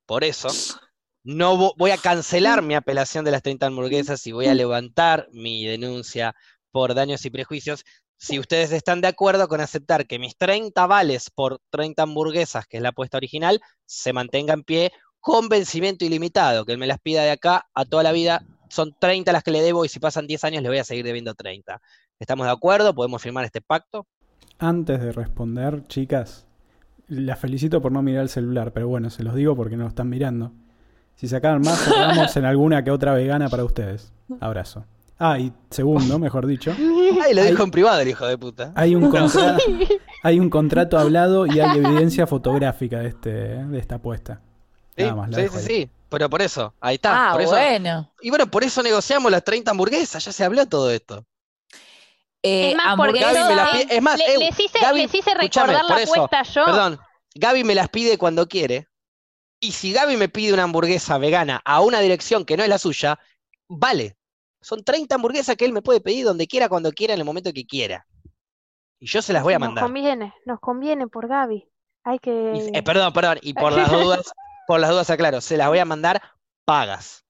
no voy a cancelar mi apelación de las 30 hamburguesas y voy a levantar mi denuncia por daños y prejuicios. Si ustedes están de acuerdo con aceptar que mis 30 vales por 30 hamburguesas, que es la apuesta original, se mantenga en pie con vencimiento ilimitado, que él me las pida de acá a toda la vida, son 30 las que le debo y si pasan 10 años le voy a seguir debiendo 30. ¿Estamos de acuerdo? ¿Podemos firmar este pacto? Antes de responder, chicas, las felicito por no mirar el celular, pero bueno, se los digo porque no lo están mirando. Si sacaban más, cerramos en alguna que otra vegana para ustedes. Abrazo. Ah, y segundo, mejor dicho. Ay, lo dijo en privado el hijo de puta. Hay un contrato hablado y hay evidencia fotográfica de esta apuesta. Sí, Nada más, la dejo ahí. sí. Pero por eso, ahí está. Por eso, bueno. y bueno, por eso negociamos las 30 hamburguesas, ya se habló todo esto. Es más, porque hamburguesa- Gaby me las pide, es más, Gaby, les hice escúchame, recordar por la eso, apuesta yo. Perdón, Gaby me las pide cuando quiere, y si Gaby me pide una hamburguesa vegana a una dirección que no es la suya, vale. Son 30 hamburguesas que él me puede pedir donde quiera, cuando quiera, en el momento que quiera. Y yo se las voy a mandar. Nos conviene por Gaby. Hay que. Perdón, y por las dudas aclaro, se las voy a mandar pagas.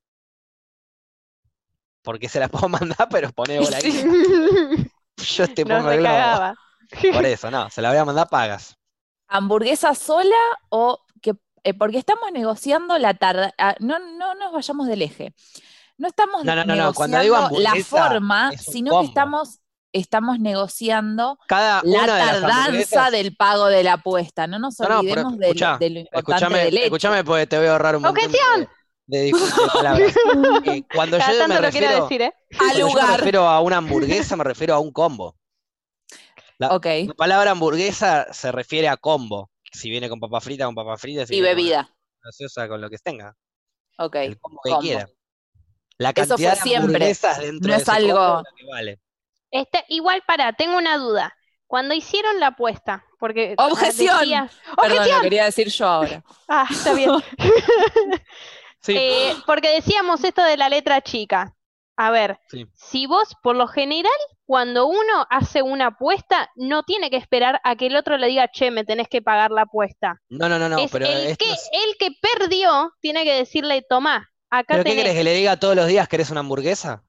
Porque se las puedo mandar, pero pone bola aquí. Yo te Nos pongo el globo. recagaba. Por eso, no, se las voy a mandar pagas. ¿Hamburguesa sola o que porque estamos negociando la tarde? No nos vayamos del eje. No estamos No, negociando cuando digo la hamburguesa, forma, es un sino combo. que estamos negociando Cada la una de las tardanza hamburguesas. del pago de la apuesta. No nos olvidemos de lo importante del hecho. Escúchame porque te voy a ahorrar un montón ¡Objeción! de disculpas de palabras. Cuando Cada yo tanto me lo quiero refiero, decir, ¿eh? cuando yo me lugar. refiero a una hamburguesa, me refiero a un combo. Ok. La palabra hamburguesa se refiere a combo. Si viene con papa frita, si Y viene con bebida. gaseosa, con lo que tenga. Ok. El combo que combo. quiera. La Eso cantidad fue de siempre. hamburguesas dentro No de es ese combo algo- es lo que vale. Igual tengo una duda. Cuando hicieron la apuesta, porque ¡Objeción! decías- Perdón, lo ¡Objeción! quería decir yo ahora. Ah, está bien. Sí. Porque decíamos esto de la letra chica. A ver, Sí. si vos, por lo general, cuando uno hace una apuesta, no tiene que esperar a que el otro le diga, che, me tenés que pagar la apuesta. No, Es pero el esto que, es- el que perdió tiene que decirle, tomá, acá ¿Pero qué tenés. querés que le diga todos los días que eres una hamburguesa?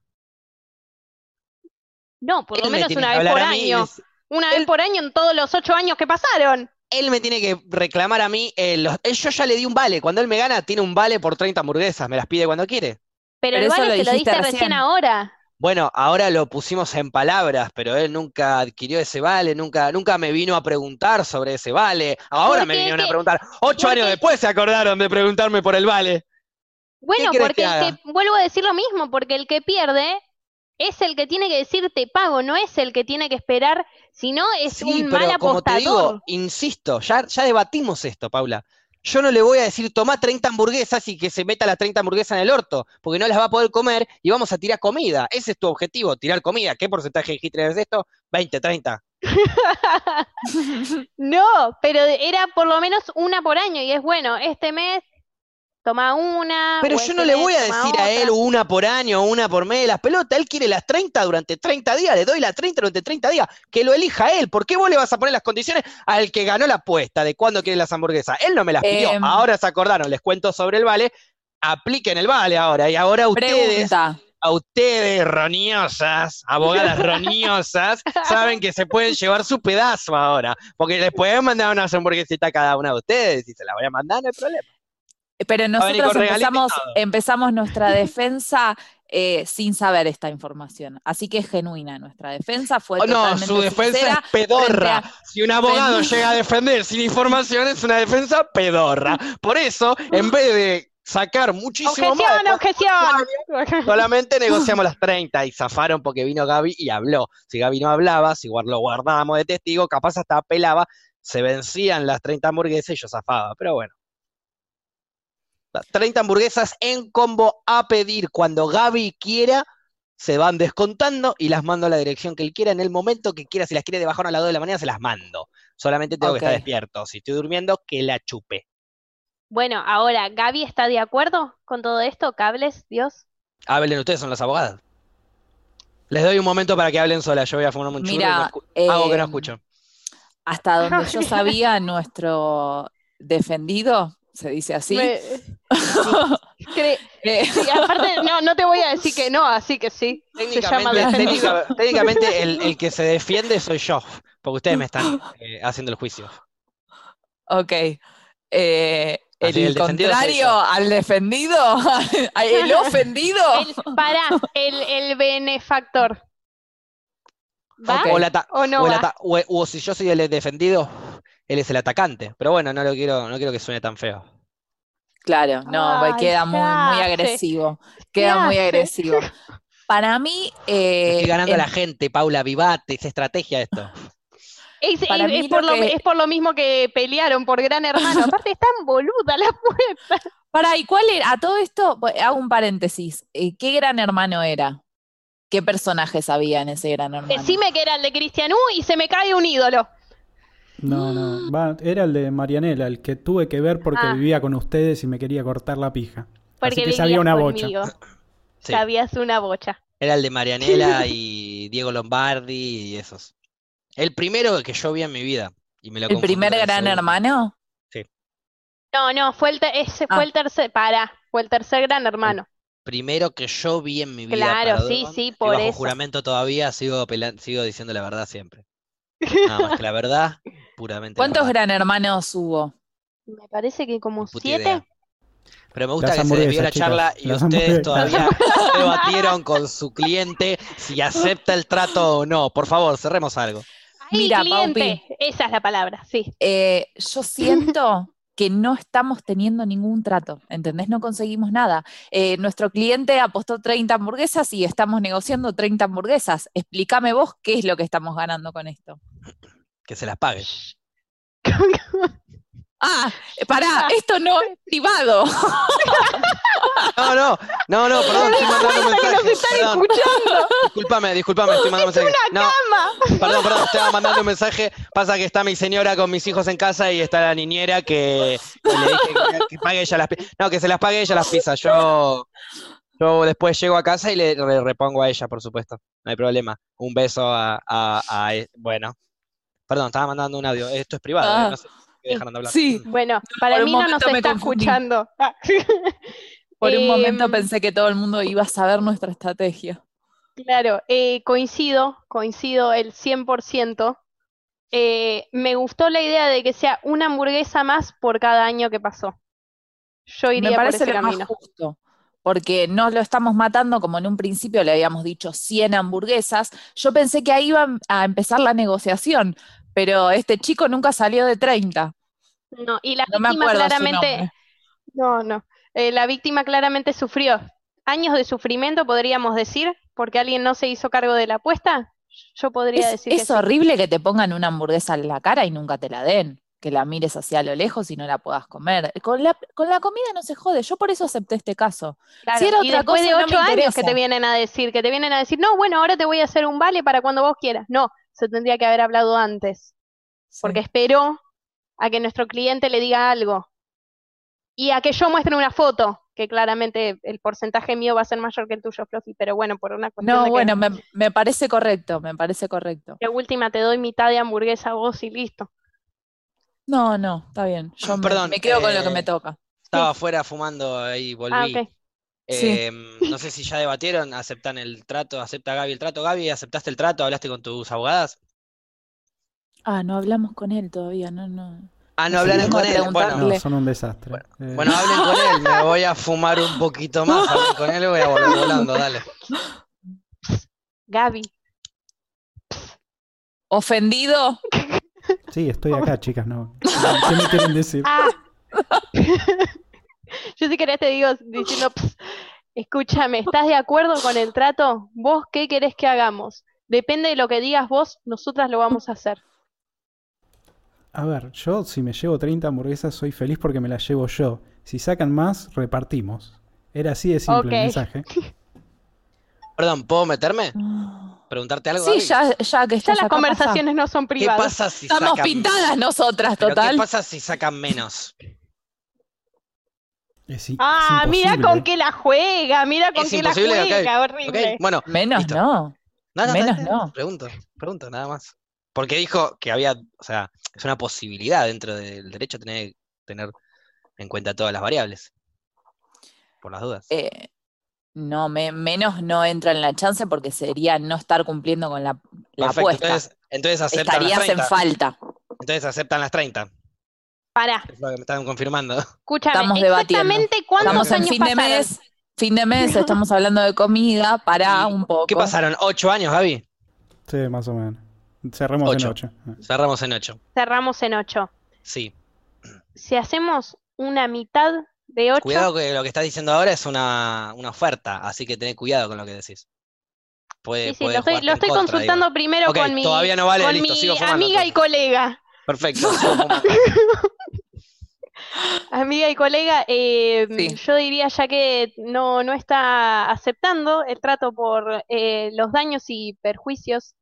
No, por lo Él me menos tiene una que vez hablar por a mí y año. Una vez él- por año en todos los 8 años que pasaron. Él me tiene que reclamar a mí. Yo ya le di un vale. Cuando él me gana, tiene un vale por 30 hamburguesas. Me las pide cuando quiere. Pero Pero el eso vale lo se lo dijiste diste recién recién. ahora. Bueno, ahora lo pusimos en palabras, pero él nunca adquirió ese vale, nunca me vino a preguntar sobre ese vale. Ahora me Porque vinieron es a que- preguntar. 8 años porque- después se acordaron de preguntarme por el vale. Bueno, querés porque que haga? vuelvo a decir lo mismo, porque el que pierde es el que tiene que decir te pago, no es el que tiene que esperar, si no es Sí, un mal pero como te digo, apostador. insisto, ya debatimos esto, Paula. Yo no le voy a decir, tomá 30 hamburguesas y que se meta las 30 hamburguesas en el orto, porque no las va a poder comer y vamos a tirar comida. Ese es tu objetivo, tirar comida. ¿Qué porcentaje de Hitler es esto? 20, 30. No, pero era por lo menos una por año y es bueno, este mes toma una. Pero o yo este no le mes voy a toma decir a él otra. una por año, una por mes, las pelotas. Él quiere las 30 durante 30 días, le doy las 30 durante 30 días. Que lo elija él. ¿Por qué vos le vas a poner las condiciones al que ganó la apuesta de cuándo quiere las hamburguesas? Él no me las pidió. Ahora se acordaron, les cuento sobre el vale. Apliquen el vale ahora. Y ahora Pregunta. ustedes, roñosas, abogadas roñosas, saben que se pueden llevar su pedazo ahora. Porque les pueden mandar unas hamburguesitas a cada una de ustedes y se las voy a mandar, no hay problema. Pero A venir nosotros con regalito y todo. empezamos nuestra defensa sin saber esta información. Así que es genuina nuestra defensa. Fue Oh, no, totalmente su defensa sincera es pedorra. frente a- Si un abogado frente- llega a defender sin información, es una defensa pedorra. Por eso, en vez de sacar muchísimo Objeción, más, objeción. solamente negociamos las 30 y zafaron porque vino Gaby y habló. Si Gaby no hablaba, si lo guardábamos de testigo, capaz hasta apelaba, se vencían las 30 hamburguesas y yo zafaba. Pero bueno. 30 hamburguesas en combo a pedir. Cuando Gaby quiera, se van descontando y las mando a la dirección que él quiera en el momento que quiera. Si las quiere de bajón a las 2 de la mañana, se las mando. Solamente tengo que estar despierto. Si estoy durmiendo, que la chupe. Bueno, ahora, ¿Gaby está de acuerdo con todo esto? ¿Cables, Dios? Hablen ustedes, son las abogadas. Les doy un momento para que hablen solas. Yo voy a fumar un churro y hago que no escucho. Hasta donde yo sabía, nuestro defendido, se dice así. Sí, aparte, no te voy a decir que no, así que sí. Se llama defendido. Técnicamente el que se defiende soy yo, porque ustedes me están haciendo el juicio. Ok. El contrario al defendido, el ofendido. El benefactor. ¿Va? Okay. ¿O no va? O si yo soy el defendido, él es el atacante. Pero bueno, no quiero que suene tan feo. Claro, no, queda muy agresivo. Queda muy agresivo. Para mí. Estoy ganando a la gente, Paula, vivate, es estrategia esto. Es por lo mismo que pelearon por Gran Hermano. Aparte, es tan boluda la puerta. ¿Y cuál era? A todo esto, hago un paréntesis. ¿Qué Gran Hermano era? ¿Qué personajes había en ese Gran Hermano? Decime que era el de Cristian y se me cae un ídolo. No. Era el de Marianela, el que tuve que ver porque vivía con ustedes y me quería cortar la pija. Porque así que sabía una bocha. Sí. Sabías una bocha. Era el de Marianela y Diego Lombardi y esos. El primero que yo vi en mi vida. Y me lo ¿El primer Gran Hermano? Sí. No, fue el tercer. Fue el tercer Gran Hermano. Primero que yo vi en mi vida. Claro, sí, por bajo eso. juramento todavía sigo diciendo la verdad siempre. Nada más que la verdad, puramente. ¿Cuántos Gran Hermanos hubo? Me parece que como 7. Idea. Pero me gusta que se desvió la charla y ustedes todavía debatieron con su cliente si acepta el trato o no. Por favor, cerremos algo. Mira, cliente, Paupi, esa es la palabra, sí. Yo siento que no estamos teniendo ningún trato, ¿entendés? No conseguimos nada. Nuestro cliente apostó 30 hamburguesas y estamos negociando 30 hamburguesas. Explícame vos qué es lo que estamos ganando con esto. Que se las pague. Pará, esto no es privado. No, perdón, estoy mandando un mensaje. Nos están escuchando. Disculpame, estoy mandando un mensaje. ¡Es una cama! Perdón, estaba mandando un mensaje. Pasa que está mi señora con mis hijos en casa y está la niñera que le dije que pague ella las pizzas. No, que se las pague ella las pizzas. Yo después llego a casa y le repongo a ella, por supuesto. No hay problema. Un beso bueno. Perdón, estaba mandando un audio. Esto es privado, no sé. Dejaron de hablar. Sí. Bueno, para mí no nos está escuchando. Por un momento pensé que todo el mundo iba a saber nuestra estrategia. Claro, coincido el 100%. Me gustó la idea de que sea una hamburguesa más por cada año que pasó. Yo iría por ese camino. Más justo, porque no lo estamos matando como en un principio le habíamos dicho 100 hamburguesas. Yo pensé que ahí iba a empezar la negociación, pero este chico nunca salió de 30. No, y la víctima claramente. La víctima claramente sufrió. Años de sufrimiento, podríamos decir, porque alguien no se hizo cargo de la apuesta. Yo podría decir que es horrible que te pongan una hamburguesa en la cara y nunca te la den. Que la mires hacia lo lejos y no la puedas comer. Con la comida no se jode. Yo por eso acepté este caso. Claro, si era y después de 8 años que te vienen a decir, no, bueno, ahora te voy a hacer un vale para cuando vos quieras. No, se tendría que haber hablado antes. Sí. Porque esperó a que nuestro cliente le diga algo. Y a que yo muestre una foto, que claramente el porcentaje mío va a ser mayor que el tuyo, Fluffy, pero bueno, por una cuestión me parece correcto, De última te doy mitad de hamburguesa a vos y listo. No, está bien. Yo me quedo con lo que me toca. Estaba afuera fumando y volví. Okay. No sé si ya debatieron, aceptan el trato, acepta Gaby el trato. Gaby, ¿aceptaste el trato? ¿Hablaste con tus abogadas? No hablamos con él todavía, no. No hablaron con él. Bueno, no, son un desastre. Bueno, hablen con él, me voy a fumar un poquito más. Hablen con él y voy a volver volando, dale. Gaby. ¿Ofendido? Sí, estoy acá, chicas, no. ¿Qué me quieren decir? Yo si querés te digo diciendo, escúchame, ¿estás de acuerdo con el trato? ¿Vos qué querés que hagamos? Depende de lo que digas vos, nosotras lo vamos a hacer. A ver, yo si me llevo 30 hamburguesas soy feliz porque me las llevo yo. Si sacan más, repartimos. Era así de simple el mensaje. Perdón, ¿puedo meterme? ¿Preguntarte algo? Sí, ya que ya las conversaciones no son privadas. ¿Qué pasa si Estamos pintadas nosotras, total. ¿Qué pasa si sacan menos? Mira con qué la juega, mira con qué la juega, horrible. Okay. Bueno, menos listo. No. Menos no. Pregunto, nada más. Porque dijo que había, o sea, es una posibilidad dentro del derecho tener en cuenta todas las variables. Por las dudas. No, menos no entra en la chance porque sería no estar cumpliendo con la apuesta. Entonces aceptan estarías las 30. en falta. Entonces aceptan las 30. Pará. Es lo que me estaban confirmando. Escúchame, estamos debatiendo. ¿Cuántos estamos en años fin pasaron? de mes. Fin de mes, estamos hablando de comida, para un poco. ¿Qué pasaron? ¿8 años, Gaby? Sí, más o menos. Cerramos en 8. Cerramos en 8. Cerramos en 8. Sí. Si hacemos una mitad de 8. Cuidado que lo que estás diciendo ahora es una oferta, así que tened cuidado con lo que decís. Sí, lo estoy consultando primero con mi, todavía no vale, con listo, mi sigo fumando, amiga y colega. Perfecto. Amiga y colega, Sí. yo diría, ya que no está aceptando el trato por los daños y perjuicios,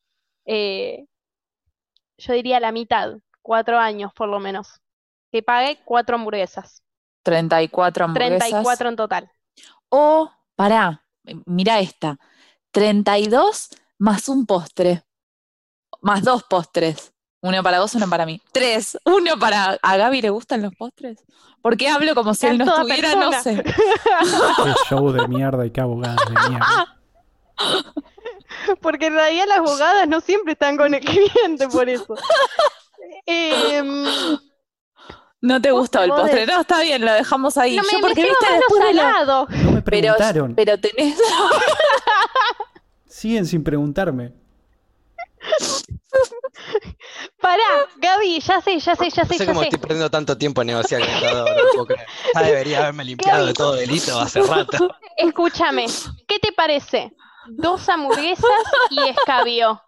yo diría la mitad, 4 años por lo menos. Que pague 4 hamburguesas. 34 hamburguesas. 34 en total. O, pará, mira esta. 32 más un postre. Más 2 postres. Uno para vos, uno para mí. 3. Uno para... ¿A Gaby le gustan los postres? ¿Por qué hablo como si él no estuviera? persona. No sé. Qué show de mierda y qué abogadas de mierda. Porque en realidad las abogadas no siempre están con el cliente, por eso. No te gustó el postre. No, está bien, lo dejamos ahí. No, Yo me porque lleva viste más después lo de la... salado. No me preguntaron. Pero tenés... Siguen sin preguntarme. Pará, Gaby, ya sé. No sé cómo estoy perdiendo tanto tiempo en negociar con esta dos, no puedo creer. Ya debería haberme limpiado de todo delito hace rato. Escúchame, ¿qué te parece? 2 hamburguesas y escabio.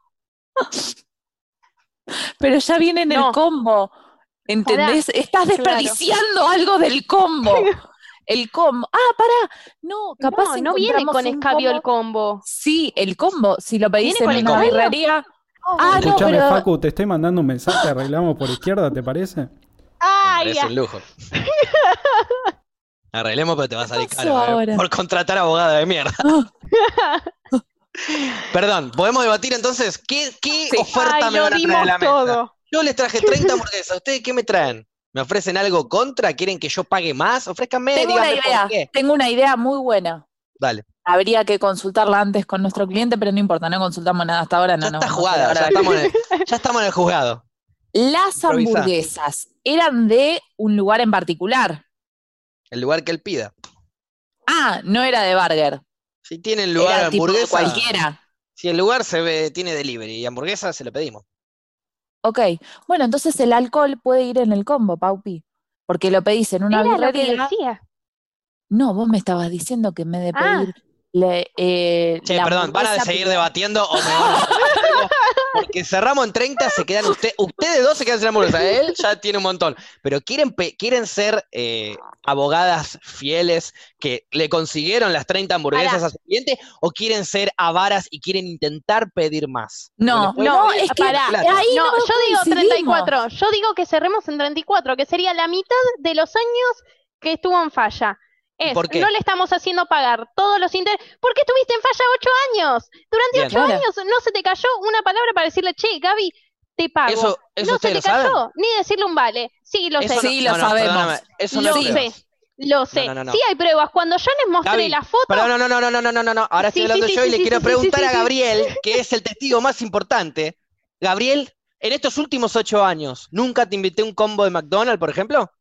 Pero ya viene en el combo. ¿Entendés? Pará, Estás desperdiciando algo del combo. El combo. Pará. No, capaz no viene con escabio el combo. combo. Sí, el combo. Si lo pedís ¿Viene en con una escabio? birrería. Escuchame, no, pero... Facu, te estoy mandando un mensaje, arreglamos por izquierda, ¿te parece? ¡Ay, Es un lujo. Arreglemos, pero te va a salir ¿Qué caro pasó ahora? por contratar abogada de mierda. Perdón, ¿podemos debatir entonces? ¿Qué oferta me van a traer a la mesa? Todo. Yo les traje 30 hamburguesas. ¿Ustedes qué me traen? ¿Me ofrecen algo contra? ¿Quieren que yo pague más? Ofrézcanme, díganme por qué. Tengo una idea muy buena. Dale. Habría que consultarla antes con nuestro cliente, pero no importa, no consultamos nada hasta ahora. Ya está jugada, ya estamos en el juzgado. Las hamburguesas eran de un lugar en particular. El lugar que él pida. No era de Burger. Si tienen lugar de hamburguesa. Tipo cualquiera. Si el lugar tiene delivery y hamburguesa, se lo pedimos. Ok, bueno, entonces el alcohol puede ir en el combo, Paupi. Porque lo pedís en una birrería. Lo que decía. No, vos me estabas diciendo que en vez de pedir perdón, ¿van a seguir debatiendo o me van a... Porque cerramos en 30, se quedan ustedes dos se quedan sin hamburguesa. Él ya tiene un montón. Pero ¿quieren ser abogadas fieles que le consiguieron las 30 hamburguesas a su cliente o quieren ser avaras y quieren intentar pedir más? No, es que ahí yo digo coincidimos. 34. Yo digo que cerremos en 34, que sería la mitad de los años que estuvo en falla. ¿Por qué? No le estamos haciendo pagar todos los intereses. Porque estuviste en falla 8 años. Durante 8 años no se te cayó una palabra para decirle, che, Gaby, te pago. ¿Eso no se te cayó, saben? ni decirle un vale. Sí, lo sé. Sí, lo sabemos. Eso no Lo sé. No. Sí hay pruebas. Cuando yo les mostré Gaby, la foto... Pero no. Ahora estoy hablando yo y le quiero preguntar a Gabriel, que es el testigo más importante. Gabriel, en estos últimos 8 años, ¿nunca te invité un combo de McDonald's, por ejemplo?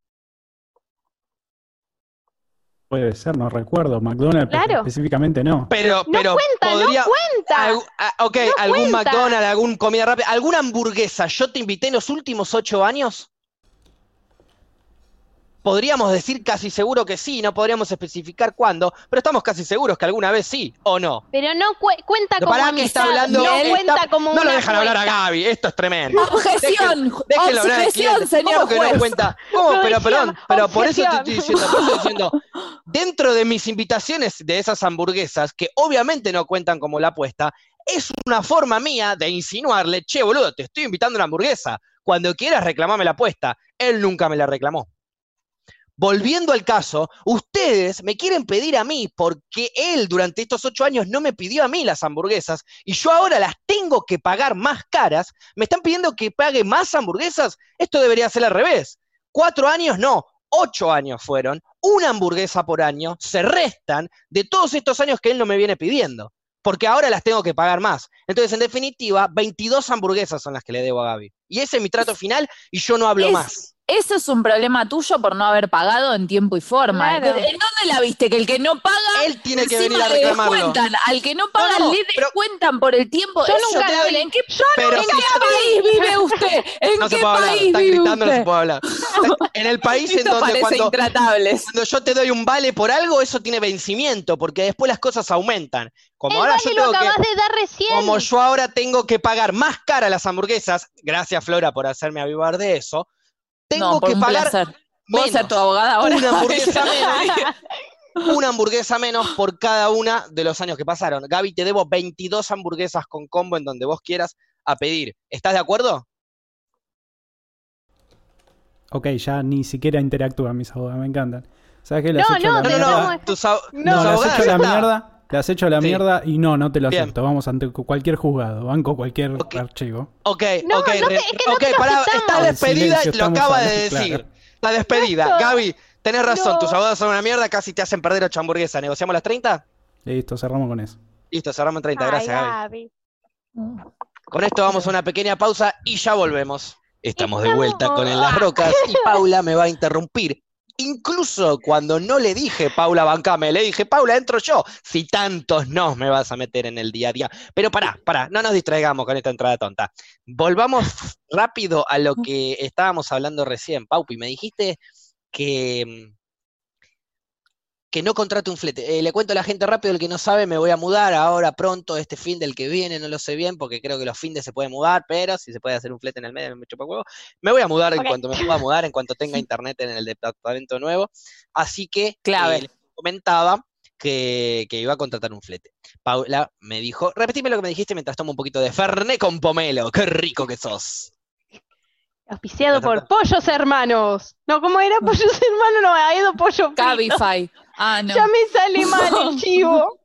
Puede ser, no recuerdo. McDonald's específicamente no. Pero cuenta, podría... no cuenta. algún cuenta. McDonald's, alguna comida rápida, alguna hamburguesa, ¿yo te invité en los últimos 8 años? Podríamos decir casi seguro que sí, no podríamos especificar cuándo, pero estamos casi seguros que alguna vez sí, ¿o no? Pero no cuenta No, como pará que está amistad, hablando, no cuenta como no una lo dejan hablar a apuesta. Gaby, esto es tremendo. Objeción, Déjenlo hablar al objeción, cliente. señor ¿Cómo que juez. no cuenta? ¿Cómo? Pero Objeción, perdón, pero por eso te objeción. estoy diciendo, dentro de mis invitaciones de esas hamburguesas, que obviamente no cuentan como la apuesta, es una forma mía de insinuarle, che, boludo, te estoy invitando a una hamburguesa. Cuando quieras reclamame la apuesta. Él nunca me la reclamó. Volviendo al caso, ustedes me quieren pedir a mí porque él durante estos 8 años no me pidió a mí las hamburguesas y yo ahora las tengo que pagar más caras. ¿Me están pidiendo que pague más hamburguesas? Esto debería ser al revés. 4 años no, 8 años fueron. Una hamburguesa por año se restan de todos estos años que él no me viene pidiendo. Porque ahora las tengo que pagar más. Entonces, en definitiva, 22 hamburguesas son las que le debo a Gaby. Y ese es mi trato final y yo no hablo más. Eso es un problema tuyo por no haber pagado en tiempo y forma. Claro. ¿En dónde la viste? Que el que no paga, Él tiene que encima venir a le reclamarlo. descuentan. Al que no paga, No, le pero- descuentan por el tiempo. Yo Eso nunca es lo terrible. vi. ¿En qué, Pero ¿en si qué está- país vive usted? ¿En No se qué puede hablar, país están vive gritando, no usted? se puede hablar. En el país en Esto donde parece cuando intratables. yo te doy un vale por algo, eso tiene vencimiento, porque después las cosas aumentan. Como El ahora vale yo lo tengo que, acabas de dar recién. como yo ahora tengo que pagar más cara las hamburguesas, gracias Flora por hacerme avivar de eso, tengo No, por que un pagar placer. ¿Puedo ser menos. tu abogada ahora? Una hamburguesa menos. Una hamburguesa menos por cada una de los años que pasaron. Gaby, te debo 22 hamburguesas con combo en donde vos quieras a pedir. ¿Estás de acuerdo? Ok, ya ni siquiera interactúan mis abogadas, me encantan. ¿Sabes qué? Le No, has hecho no, la te mierda. estamos- Tus No, No, tus le has abogadas hecho ya la está. mierda. Le has hecho la Sí. mierda y no te lo Bien. acepto. Vamos ante cualquier juzgado, banco cualquier Ok. archivo. Ok, No, ok, no te- es que no te lo pará, aceptamos. está En despedida silencio y lo estamos acaba de hablando, decir. claro. Está despedida. No. Gaby, tenés razón, No. tus abogados son una mierda, casi te hacen perder 8 hamburguesas. ¿Negociamos las 30? Listo, cerramos con eso. Listo, cerramos en 30, Ay, gracias Gaby. Gaby. Con esto vamos a una pequeña pausa y ya volvemos. Estamos de Estamos- vuelta con En las Rocas y Paula me va a interrumpir. Incluso cuando no le dije, Paula, bancame, le dije, Paula, entro yo. Si tantos nos me vas a meter en el día a día. Pero pará, no nos distraigamos con esta entrada tonta. Volvamos rápido a lo que estábamos hablando recién, Paupi. Me dijiste que no contrate un flete. Le cuento a la gente rápido, el que no sabe, me voy a mudar ahora pronto, este fin del que viene, no lo sé bien, porque creo que los fines se puede mudar, pero si se puede hacer un flete en el medio, me chupa huevo. Me voy a mudar en Ok. cuanto me pueda mudar, en cuanto tenga internet en el departamento nuevo. Así que Clave. les comentaba que iba a contratar un flete. Paula me dijo, repetime lo que me dijiste mientras tomo un poquito de Fernet con pomelo, qué rico que sos. Auspiciado por Pollos Hermanos. No, ¿cómo era? Pollos Hermanos, no, ha ido Pollo Frito. Cabify. Ah, no. Ya me sale mal el chivo.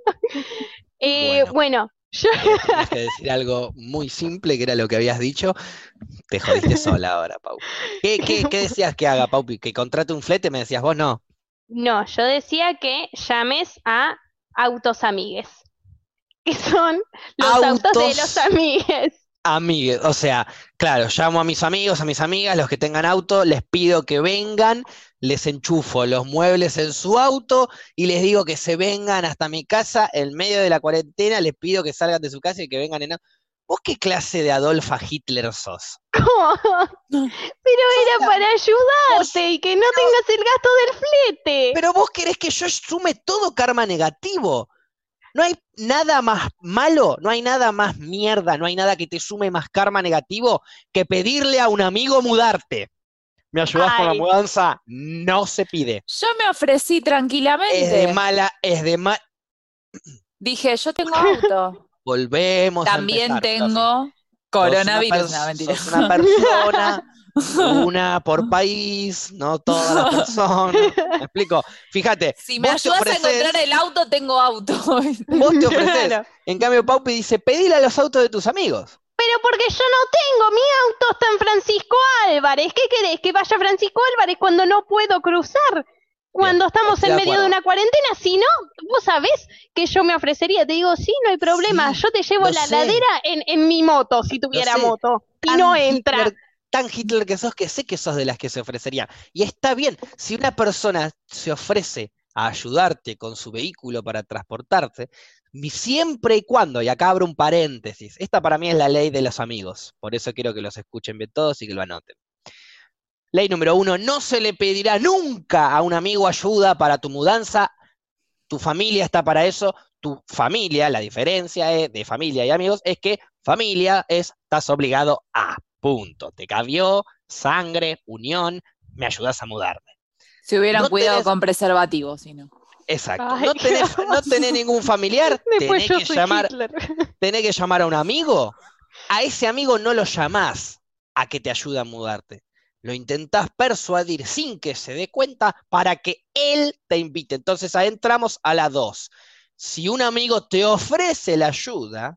Bueno, yo Tenías que decir algo muy simple, que era lo que habías dicho. Te jodiste sola ahora, Pau. ¿Qué decías que haga, Pau? ¿Que contrate un flete? Me decías vos, no. no, yo decía que llames a Autos Amigues, que son los autos de Autos los amigues. Amigues, o sea, claro, llamo a mis amigos, a mis amigas, los que tengan auto, les pido que vengan, les enchufo los muebles en su auto y les digo que se vengan hasta mi casa en medio de la cuarentena, les pido que salgan de su casa y que vengan en auto. ¿Vos qué clase de Adolfa Hitler sos? ¿Cómo? Pero era para ayudarte y que no tengas el gasto del flete. Pero vos querés que yo sume todo karma negativo. No hay nada más malo, no hay nada más mierda, no hay nada que te sume más karma negativo que pedirle a un amigo mudarte. ¿Me ayudás con la Ay. mudanza? No se pide. Yo me ofrecí tranquilamente. Es de mala, Dije, yo tengo auto. Volvemos También a empezar, Sofi. tengo coronavirus. No, mentira. Sos una persona, una por país, no todas las personas. ¿Me explico? Fíjate, Si me vos te ayudas a ofrecés- encontrar el auto, tengo auto. Vos te ofreces. Claro. En cambio, Paupi dice, pedile a los autos de tus amigos. Pero porque yo no tengo, mi auto está en Francisco Álvarez. ¿Qué querés? ¿Que vaya a Francisco Álvarez cuando no puedo cruzar? Cuando estamos estoy en de medio acuerdo. de una cuarentena, si no, vos sabés que yo me ofrecería. Te digo, sí, no hay problema. Sí, Yo te llevo lo la sé. ladera en mi moto, si tuviera sé. moto. Y Tan no entra. Tan Hitler que sos, que sé que sos de las que se ofrecerían. Y está bien, si una persona se ofrece a ayudarte con su vehículo para transportarte, siempre y cuando, y acá abro un paréntesis, esta para mí es la ley de los amigos, por eso quiero que los escuchen bien todos y que lo anoten. Ley número 1, no se le pedirá nunca a un amigo ayuda para tu mudanza. Tu familia está para eso. Tu familia, la diferencia de familia y amigos es que familia estás obligado a, punto. Te cabió, sangre, unión, me ayudas a mudarme. Si hubieran No cuidado tenés- con preservativos, si no. Exacto. Ay, No tenés ningún familiar, Después yo tenés soy Hitler. que llamar a un amigo. A ese amigo no lo llamás a que te ayude a mudarte. Lo intentás persuadir sin que se dé cuenta para que él te invite. Entonces ahí entramos a la 2. Si un amigo te ofrece la ayuda,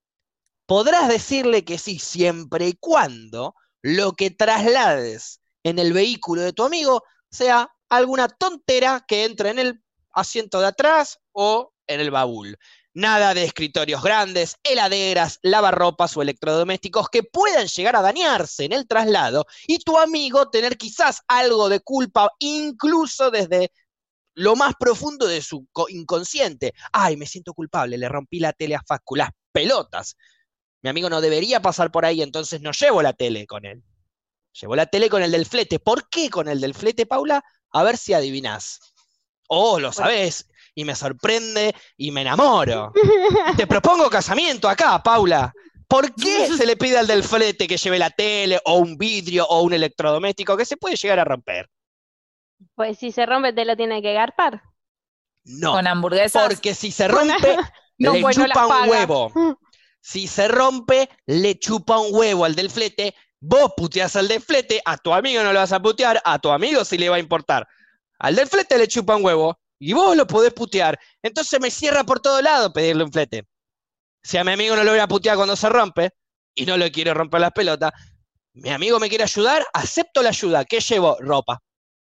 podrás decirle que sí siempre y cuando lo que traslades en el vehículo de tu amigo sea alguna tontera que entre en el asiento de atrás o en el baúl. Nada de escritorios grandes, heladeras, lavarropas o electrodomésticos que puedan llegar a dañarse en el traslado y tu amigo tener quizás algo de culpa, incluso desde lo más profundo de su inconsciente. Ay, me siento culpable, le rompí la tele a Facu, las pelotas. Mi amigo no debería pasar por ahí, entonces no llevo la tele con él. Llevo la tele con el del flete. ¿Por qué con el del flete, Paula? A ver si adivinás. Oh, lo sabés, y me sorprende y me enamoro. Te propongo casamiento acá, Paula. ¿Por qué se le pide al del flete que lleve la tele o un vidrio o un electrodoméstico que se puede llegar a romper? Pues si se rompe, te lo tiene que garpar. No, Con hamburguesas. porque si se rompe, No, le pues no las chupa un paga. huevo. Si se rompe, le chupa un huevo al del flete. Vos puteás al del flete, a tu amigo no lo vas a putear, a tu amigo sí le va a importar. Al del flete le chupa un huevo y vos lo podés putear. Entonces me cierra por todo lado pedirle un flete. Si a mi amigo no lo voy a putear cuando se rompe y no le quiero romper las pelotas, mi amigo me quiere ayudar, acepto la ayuda. ¿Qué llevo? Ropa.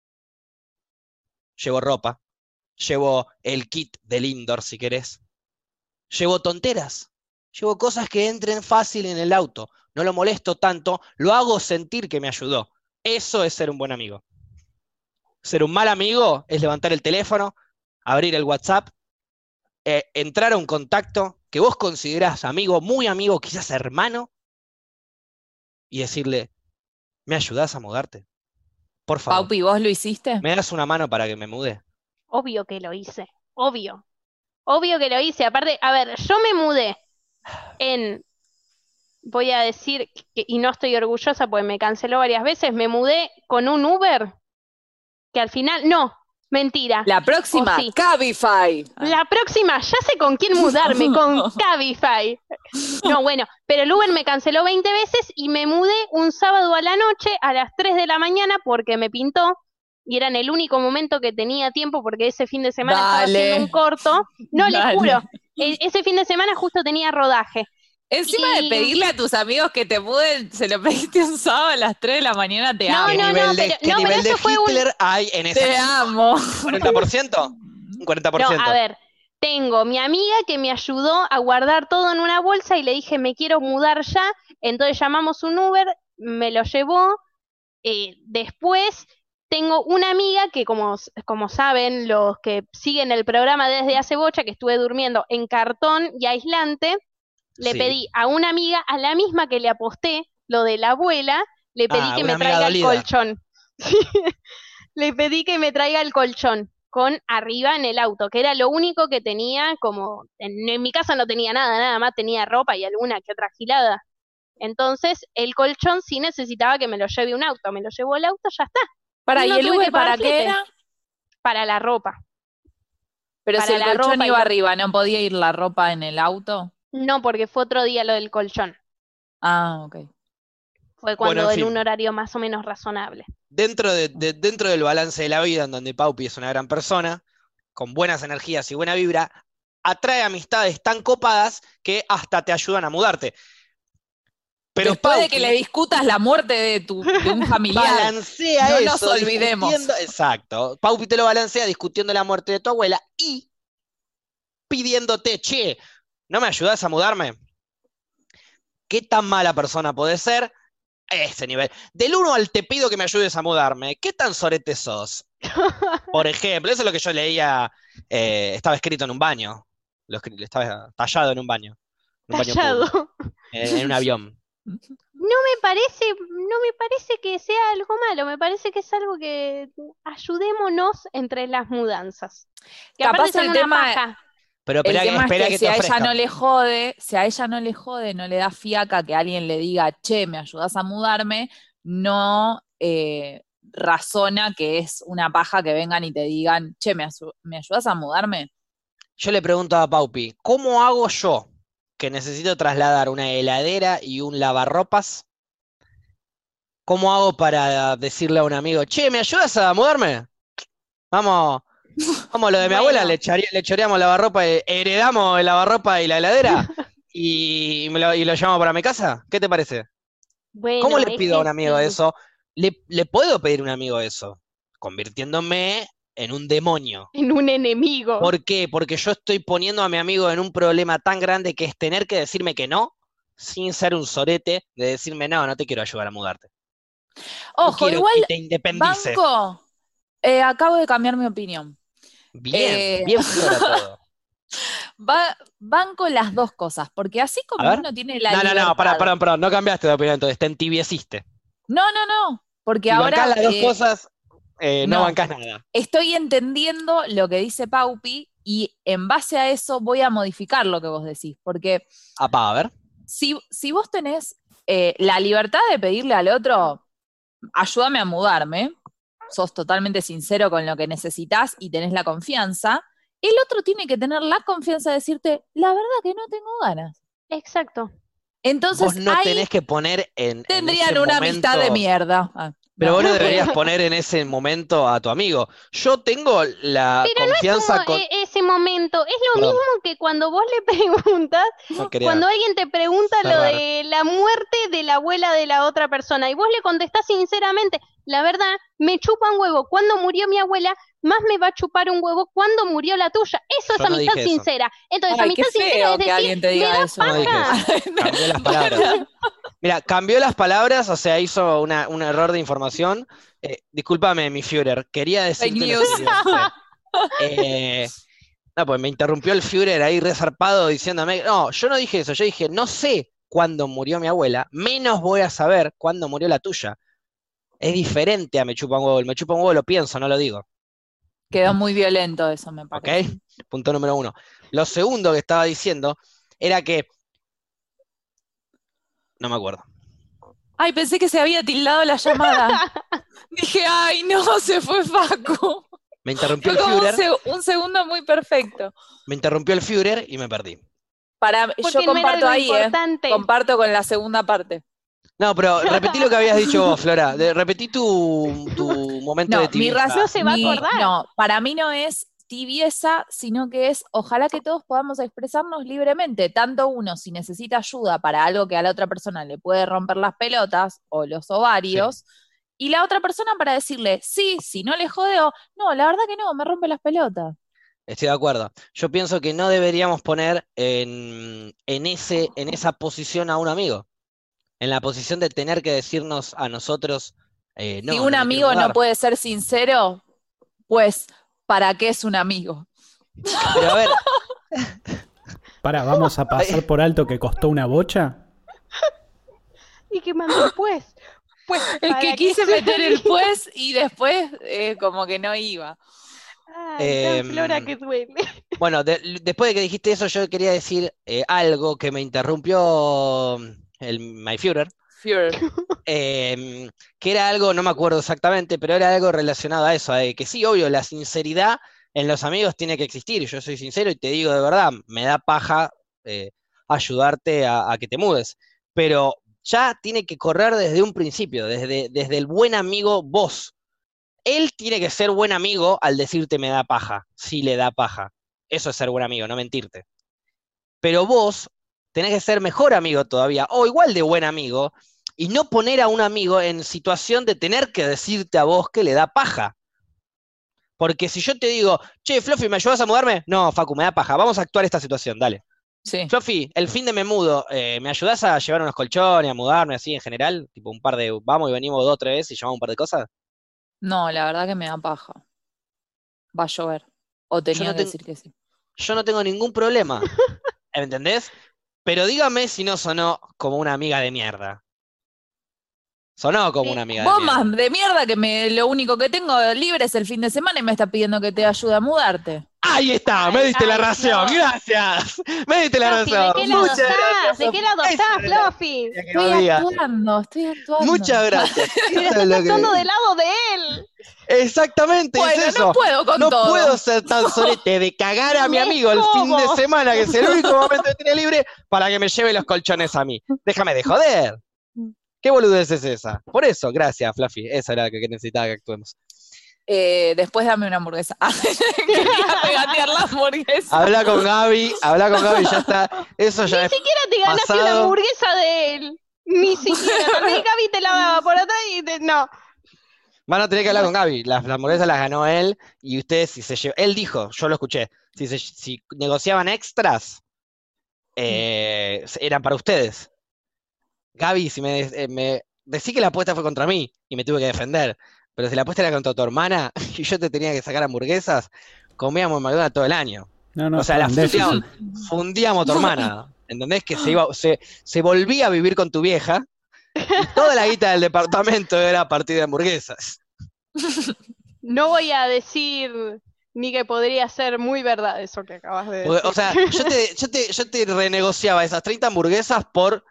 Llevo ropa. Llevo el kit del indoor si querés. Llevo tonteras. Llevo cosas que entren fácil en el auto. No lo molesto tanto, lo hago sentir que me ayudó. Eso es ser un buen amigo. Ser un mal amigo es levantar el teléfono, abrir el WhatsApp, entrar a un contacto que vos considerás amigo, muy amigo, quizás hermano, y decirle, ¿me ayudás a mudarte? Por favor, Paupi, ¿vos lo hiciste? ¿me das una mano para que me mude? Obvio que lo hice. Obvio. Obvio que lo hice. Aparte, a ver, yo me mudé en, voy a decir, y no estoy orgullosa porque me canceló varias veces, me mudé con un Uber que al final, no, mentira. La próxima, O sí. Cabify. La próxima, ya sé con quién mudarme, con Cabify. No, bueno, pero el Uber me canceló 20 veces y me mudé un sábado a la noche a las 3 de la mañana porque me pintó y era en el único momento que tenía tiempo porque ese fin de semana estaba haciendo un corto. No, le Dale. juro, ese fin de semana justo tenía rodaje. Encima de Y- pedirle a tus amigos que te muden, se lo pediste un sábado a las 3 de la mañana, te No, amo. ¿Qué no, nivel no, de, pero de eso fue un- Hitler hay en esa? Te amo. ¿40%? Un 40%. No, a ver, tengo mi amiga que me ayudó a guardar todo en una bolsa y le dije, me quiero mudar ya. Entonces llamamos un Uber, me lo llevó. Después tengo una amiga que, como saben, los que siguen el programa desde hace bocha, que estuve durmiendo en cartón y aislante, le Sí. pedí a una amiga, a la misma que le aposté lo de la abuela, le pedí que una me amiga traiga el dolida. colchón. Le pedí que me traiga el colchón con arriba en el auto, que era lo único que tenía, como en mi casa no tenía nada, nada más tenía ropa y alguna que otra gilada. Entonces, el colchón sí necesitaba que me lo lleve un auto, me lo llevó el auto, ya está, Para, Y no ¿y el tuve Uber que pagar para qué flete. era? para la ropa. Pero Para si el la colchón ropa y iba lo- arriba, ¿no podía ir la ropa en el auto? No, porque fue otro día lo del colchón, Ah, ok. fue cuando Bueno, en en fin. un horario más o menos razonable. Dentro del balance de la vida, en donde Paupi es una gran persona, con buenas energías y buena vibra, atrae amistades tan copadas que hasta te ayudan a mudarte. Pero Después de Paupi que le discutas la muerte de un familiar, balancea no eso, nos olvidemos. Exacto. Paupi te lo balancea discutiendo la muerte de tu abuela y pidiéndote, che, ¿no me ayudás a mudarme? ¿Qué tan mala persona podés ser? Ese nivel. Del 1 al te pido que me ayudes a mudarme. ¿Qué tan sorete sos? Por ejemplo, eso es lo que yo leía, estaba escrito en un baño. Estaba tallado en un baño. En un baño Tallado. público, en un avión. No me parece que sea algo malo, me parece que es algo que ayudémonos entre las mudanzas. Que aparte Capaz son el una tema, paja. Pero el tema es espera que que si te a ella ofrezcan. no le jode, si a ella no le jode, no le da fiaca que alguien le diga, che, ¿me ayudas a mudarme? No razona que es una paja que vengan y te digan, che, ¿me ayudas a mudarme? Yo le pregunto a Paupi, ¿cómo hago yo que necesito trasladar una heladera y un lavarropas? ¿Cómo hago para decirle a un amigo, che, ¿me ayudas a mudarme? Vamos, vamos, lo de mi abuela, Bueno, le choreamos lavarropa, heredamos el lavarropa y la heladera y lo llevamos para mi casa. ¿Qué te parece? ¿Cómo bueno, le es pido a que un amigo sí. eso? ¿Le puedo pedir a un amigo eso? Convirtiéndome en un demonio. En un enemigo. ¿Por qué? Porque yo estoy poniendo a mi amigo en un problema tan grande que es tener que decirme que no, sin ser un sorete, de decirme, no, no te quiero ayudar a mudarte. No Ojo, quiero igual, que te independices. banco, acabo de cambiar mi opinión. Bien, Eh, bien flora todo. banco las dos cosas, porque así A como ver. uno tiene la No, pará, libertad. perdón, no cambiaste de opinión, entonces te entibieciste. No, porque Si bancás ahora las dos cosas, no no. bancás nada. Estoy entendiendo lo que dice Paupi y en base a eso voy a modificar lo que vos decís, porque Apá, a ver. si vos tenés la libertad de pedirle al otro, ayúdame a mudarme, sos totalmente sincero con lo que necesitas y tenés la confianza, el otro tiene que tener la confianza de decirte, la verdad que no tengo ganas. Exacto. Vos Entonces no ahí tenés que poner en ese tendrían una amistad de momento. mierda. Pero No. vos no deberías poner en ese momento a tu amigo. Yo tengo la Pero no es confianza con. ese momento, es lo Perdón, mismo que cuando vos le preguntas, no quería cuando alguien te pregunta lo cerrar. de la muerte de la abuela de la otra persona y vos le contestás sinceramente, la verdad, me chupa un huevo. Cuando murió mi abuela, más me va a chupar un huevo cuando murió la tuya. Eso es Yo no amistad dije eso. sincera. Entonces, Ay, qué amistad sincera es feo que decir, alguien te me diga da eso. Yo no dije eso. paja. Cambió las palabras. Mira, cambió las palabras, o sea, hizo un error de información. Discúlpame, mi Führer, quería Fake decirte lo news. siguiente. Eh, no, pues me interrumpió el Führer ahí resarpado diciéndome, no, yo no dije eso, yo dije, no sé cuándo murió mi abuela, menos voy a saber cuándo murió la tuya. Es diferente a me chupa un huevo, el me chupa un huevo lo pienso, no lo digo, Quedó muy violento eso, me ¿ok? parece. Punto número uno. Lo segundo que estaba diciendo era que, no me acuerdo. Ay, pensé que se había tildado la llamada. Dije, ay, no, se fue Facu. Me interrumpió Fue el como Führer, un segundo muy perfecto. me interrumpió el Führer y me perdí. Yo Porque no era comparto algo ahí, importante. comparto con la segunda parte. No, pero repetí lo que habías dicho vos, Flora. Repetí tu momento de No, No tibieza. se va a acordar. no, para mí no es tibieza, sino que es ojalá que todos podamos expresarnos libremente, tanto uno si necesita ayuda para algo que a la otra persona le puede romper las pelotas o los Sí, ovarios, y la otra persona para decirle, sí, si no le jodeo, no, la verdad que no, me rompe las pelotas. estoy de acuerdo. Yo pienso que no deberíamos poner en esa posición a un amigo. En la posición de tener que decirnos a nosotros, Si no, un no me quiero amigo no mudar. puede ser sincero, pues, ¿para qué es un amigo? Pero a ver, Vamos a pasar por alto que costó una bocha. Y que mandó pues. Pues Es para que que quise sea meter el amigo. pues y después como que no iba. Ay, tan Flora em, que duele. bueno, después de que dijiste eso, yo quería decir algo que me interrumpió el My Führer. Fear. Que era algo, no me acuerdo exactamente, pero era algo relacionado a eso, que sí, obvio, la sinceridad en los amigos tiene que existir, yo soy sincero y te digo de verdad, me da paja eh, ayudarte a que te mudes, pero ya tiene que correr desde un principio, desde el buen amigo vos. Él tiene que ser buen amigo al decirte me da paja, si le da paja. Eso es ser buen amigo, no mentirte. Pero vos tenés que ser mejor amigo todavía, o igual de buen amigo, y no poner a un amigo en situación de tener que decirte a vos que le da paja. Porque si yo te digo, che, Fluffy, ¿me ayudas a mudarme? No, Facu, me da paja, vamos a actuar esta situación, dale. Sí. Fluffy, el fin de me mudo, ¿me ayudás a llevar unos colchones, a mudarme así en general? Tipo un par de, vamos y venimos 2 o 3 veces y llevamos un par de cosas. No, la verdad que me da paja. Va a llover. O Yo tenía no, que ten- decir que sí. yo no tengo ningún problema, ¿entendés? Pero dígame si no sonó como una amiga de mierda. Sonó como una amiga de Vos mierda. más de mierda que lo único que tengo libre es el fin de semana y me está pidiendo que te ayude a mudarte. Ahí está, me diste la razón, gracias. Me diste la Fluffy, razón. ¿de qué lado Muchas estás? gracias. ¿De qué lado estás, Fluffy? Estoy actuando. Muchas gracias. Pero Eso es estás lo actuando que... del lado de él. Exactamente, Bueno, es eso. no puedo con No todo. puedo ser tan sorete de cagar a mi Es amigo el fin de como. semana, que es el único momento que tiene libre, para que me lleve los colchones a mí. Déjame de joder. ¿Qué boludez es esa? Por eso, gracias, Fluffy. Esa era la que necesitaba que actuemos. Después dame una hamburguesa. Quería regatear la hamburguesa. Habla con Gaby, ya está. Eso ya Ni es siquiera te ganaste una pasado. hamburguesa de él. Ni siquiera. También Gaby te la daba por atrás y no. Van a tener que hablar con Gaby. Las hamburguesas las ganó él y ustedes, si se llevan. Él dijo, yo lo escuché, si negociaban extras, eran para ustedes. Gaby, si me decí que la apuesta fue contra mí y me tuve que defender, pero si la apuesta era contra tu hermana y yo te tenía que sacar hamburguesas, comíamos en McDonald's todo el año. No, O sea, la estaba en fundíamos a tu hermana. ¿Entendés? Que se volvía a vivir con tu vieja y toda la guita del departamento era a partir de hamburguesas. No voy a decir ni que podría ser muy verdad eso que acabas de decir. O sea, yo te renegociaba esas 30 hamburguesas por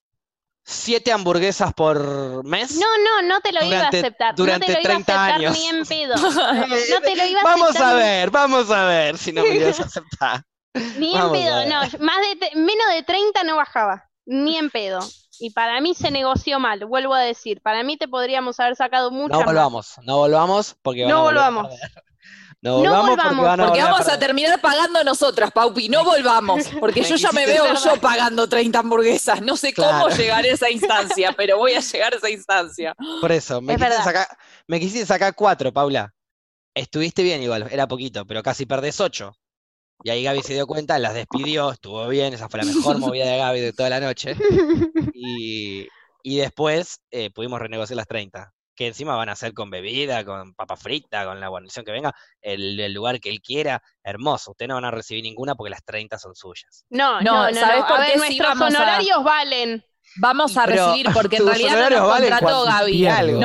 7 hamburguesas por mes. No te lo iba a aceptar. Durante no te lo iba 30 a aceptar años. ni en pedo. No te lo iba a aceptar. Vamos a ver si no me ibas a aceptar. Ni en pedo, no. Menos de 30 no bajaba. Ni en pedo. Y para mí se negoció mal, vuelvo a decir. Para mí te podríamos haber sacado muchas más. No volvamos porque van No a volver a volvamos. perder. No volvamos porque vamos a terminar pagando nosotras, Paupi. No volvamos, porque yo ya me veo yo pagando 30 hamburguesas. No sé cómo llegaré a esa instancia, pero voy a llegar a esa instancia. Por eso, me quisiste sacar 4, Paula. Estuviste bien igual, era poquito, pero casi perdés 8. Y ahí Gaby se dio cuenta, las despidió, estuvo bien, esa fue la mejor movida de Gaby de toda la noche. Y después pudimos renegociar las 30, que encima van a ser con bebida, con papa frita, con la guarnición que venga, el lugar que él quiera, hermoso. Ustedes no van a recibir ninguna porque las 30 son suyas. No. ¿Sabés por qué? Nuestros honorarios valen. Vamos a recibir, porque en realidad no nos contrató Gaby.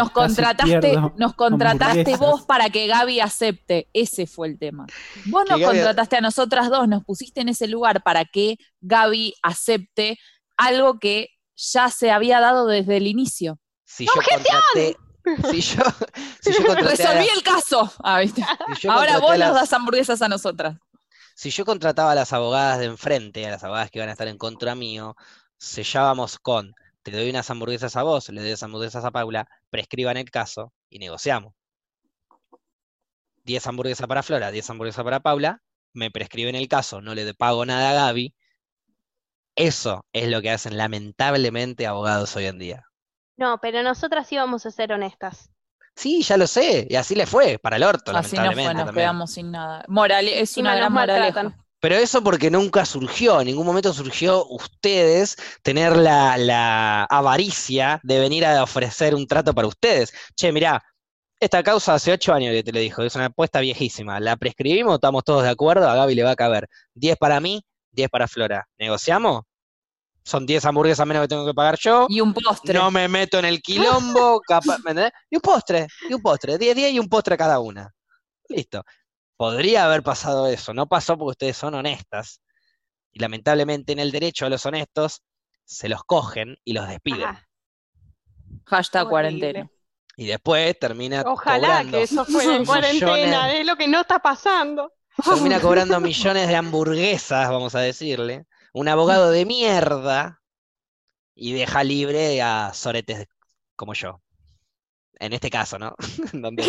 Nos contrataste vos para que Gaby acepte. Ese fue el tema. Vos nos contrataste a nosotras dos, nos pusiste en ese lugar para que Gaby acepte algo que ya se había dado desde el inicio. Si yo contraté Resolví el caso. ¿Viste? Ahora vos nos das hamburguesas a nosotras. Si yo contrataba a las abogadas de enfrente, a las abogadas que iban a estar en contra mío, sellábamos con, te doy unas hamburguesas a vos, le doy unas hamburguesas a Paula, prescriban el caso y negociamos. 10 hamburguesas para Flora, 10 hamburguesas para Paula, me prescriben el caso, no le pago nada a Gaby. Eso es lo que hacen lamentablemente abogados hoy en día. No, pero nosotras íbamos a ser honestas. Sí, ya lo sé, y así le fue, para el orto, así lamentablemente. No fue, nos quedamos sin nada. Es una gran moraleja. Pero eso porque nunca surgió, en ningún momento surgió ustedes tener la avaricia de venir a ofrecer un trato para ustedes. Che, mirá, esta causa hace 8 años que te lo dijo, es una apuesta viejísima. La prescribimos, estamos todos de acuerdo, a Gaby le va a caber 10 para mí, 10 para Flora. ¿Negociamos? Son 10 hamburguesas menos que tengo que pagar yo. Y un postre. No me meto en el quilombo, ¿me entendés? Y un postre, 10 y un postre cada una. Listo. Podría haber pasado eso, no pasó porque ustedes son honestas. Y lamentablemente en el derecho a los honestos se los cogen y los despiden. Hashtag cuarentena. Y después termina Ojalá que eso fuera en cuarentena, es lo que no está pasando. Termina cobrando millones de hamburguesas, vamos a decirle. Un abogado de mierda y deja libre a soretes como yo. En este caso, ¿no? donde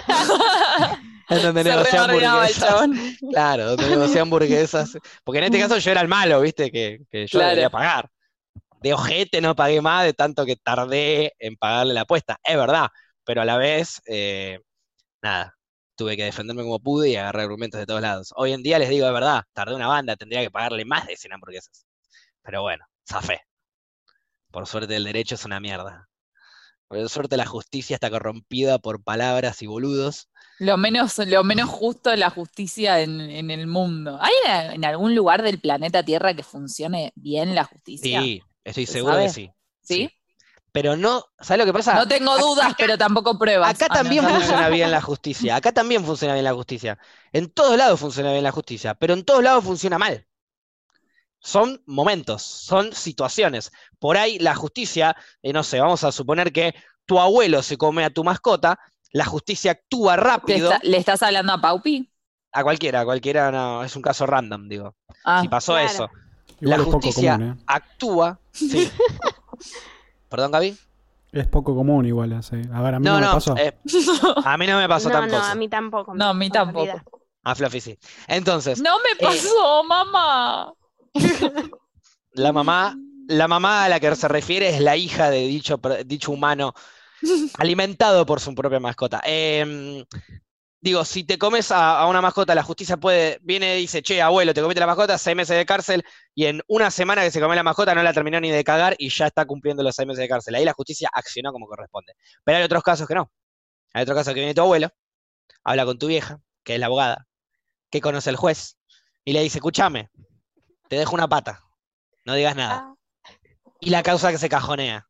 negocia hamburguesas. Claro, donde negocia hamburguesas. Porque en este caso yo era el malo, ¿viste? Que yo debería pagar. De ojete no pagué más de tanto que tardé en pagarle la apuesta. Es verdad, pero a la vez, nada. Tuve que defenderme como pude y agarrar argumentos de todos lados. Hoy en día les digo, de verdad, tardé una banda, tendría que pagarle más de 100 hamburguesas. Pero bueno, zafé. Por suerte el derecho es una mierda. Por suerte la justicia está corrompida por palabras y boludos. Lo menos justo de la justicia en el mundo. ¿Hay en algún lugar del planeta Tierra que funcione bien la justicia? Sí, estoy ¿Se seguro que sabe? sí. ¿Sí? Pero no, ¿sabes lo que pasa? No tengo dudas, pero tampoco pruebas. Acá también funciona bien la justicia. Acá también funciona bien la justicia. En todos lados funciona bien la justicia, pero en todos lados funciona mal. Son momentos, son situaciones. Por ahí la justicia, no sé, vamos a suponer que tu abuelo se come a tu mascota, la justicia actúa rápido. ¿Le estás hablando a Paupi? A cualquiera no, es un caso random, digo. Si pasó claro. eso, Igual la es poco justicia común, actúa. Sí. ¿Perdón, Gaby? Es poco común igual. A ver, a mí no me pasó. A mí no me pasó tampoco. No, a mí tampoco. No, a mí tampoco. A Fluffy sí. Entonces. No me pasó, mamá. La mamá a la que se refiere es la hija de dicho humano alimentado por su propia mascota. Digo, si te comes a una mascota, la justicia viene y dice, che, abuelo, te comiste la mascota, 6 meses de cárcel, y en una semana que se comió la mascota no la terminó ni de cagar y ya está cumpliendo los 6 meses de cárcel. Ahí la justicia accionó como corresponde. Pero hay otros casos que no. Hay otros casos que viene tu abuelo, habla con tu vieja, que es la abogada, que conoce al juez, y le dice, escúchame, te dejo una pata, no digas nada. Y la causa que se cajonea.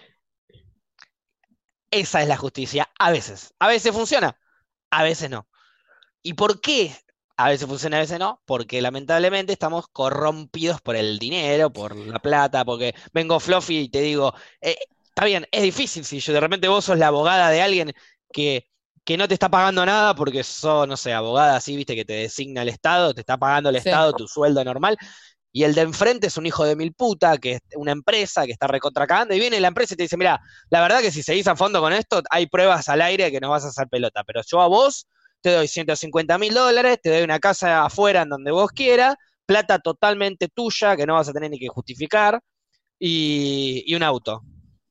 Esa es la justicia, a veces. A veces funciona, a veces no. ¿Y por qué a veces funciona, a veces no? Porque lamentablemente estamos corrompidos por el dinero, por la plata, porque vengo Fluffy y te digo, está bien, es difícil si de repente vos sos la abogada de alguien que no te está pagando nada porque sos, no sé, abogada así, viste, que te designa el Estado, te está pagando el Estado tu sueldo normal, y el de enfrente es un hijo de mil puta, que es una empresa que está recontracagando, y viene la empresa y te dice, mira, la verdad que si seguís a fondo con esto, hay pruebas al aire que nos vas a hacer pelota, pero yo a vos te doy $150.000, te doy una casa afuera en donde vos quieras, plata totalmente tuya, que no vas a tener ni que justificar, y un auto.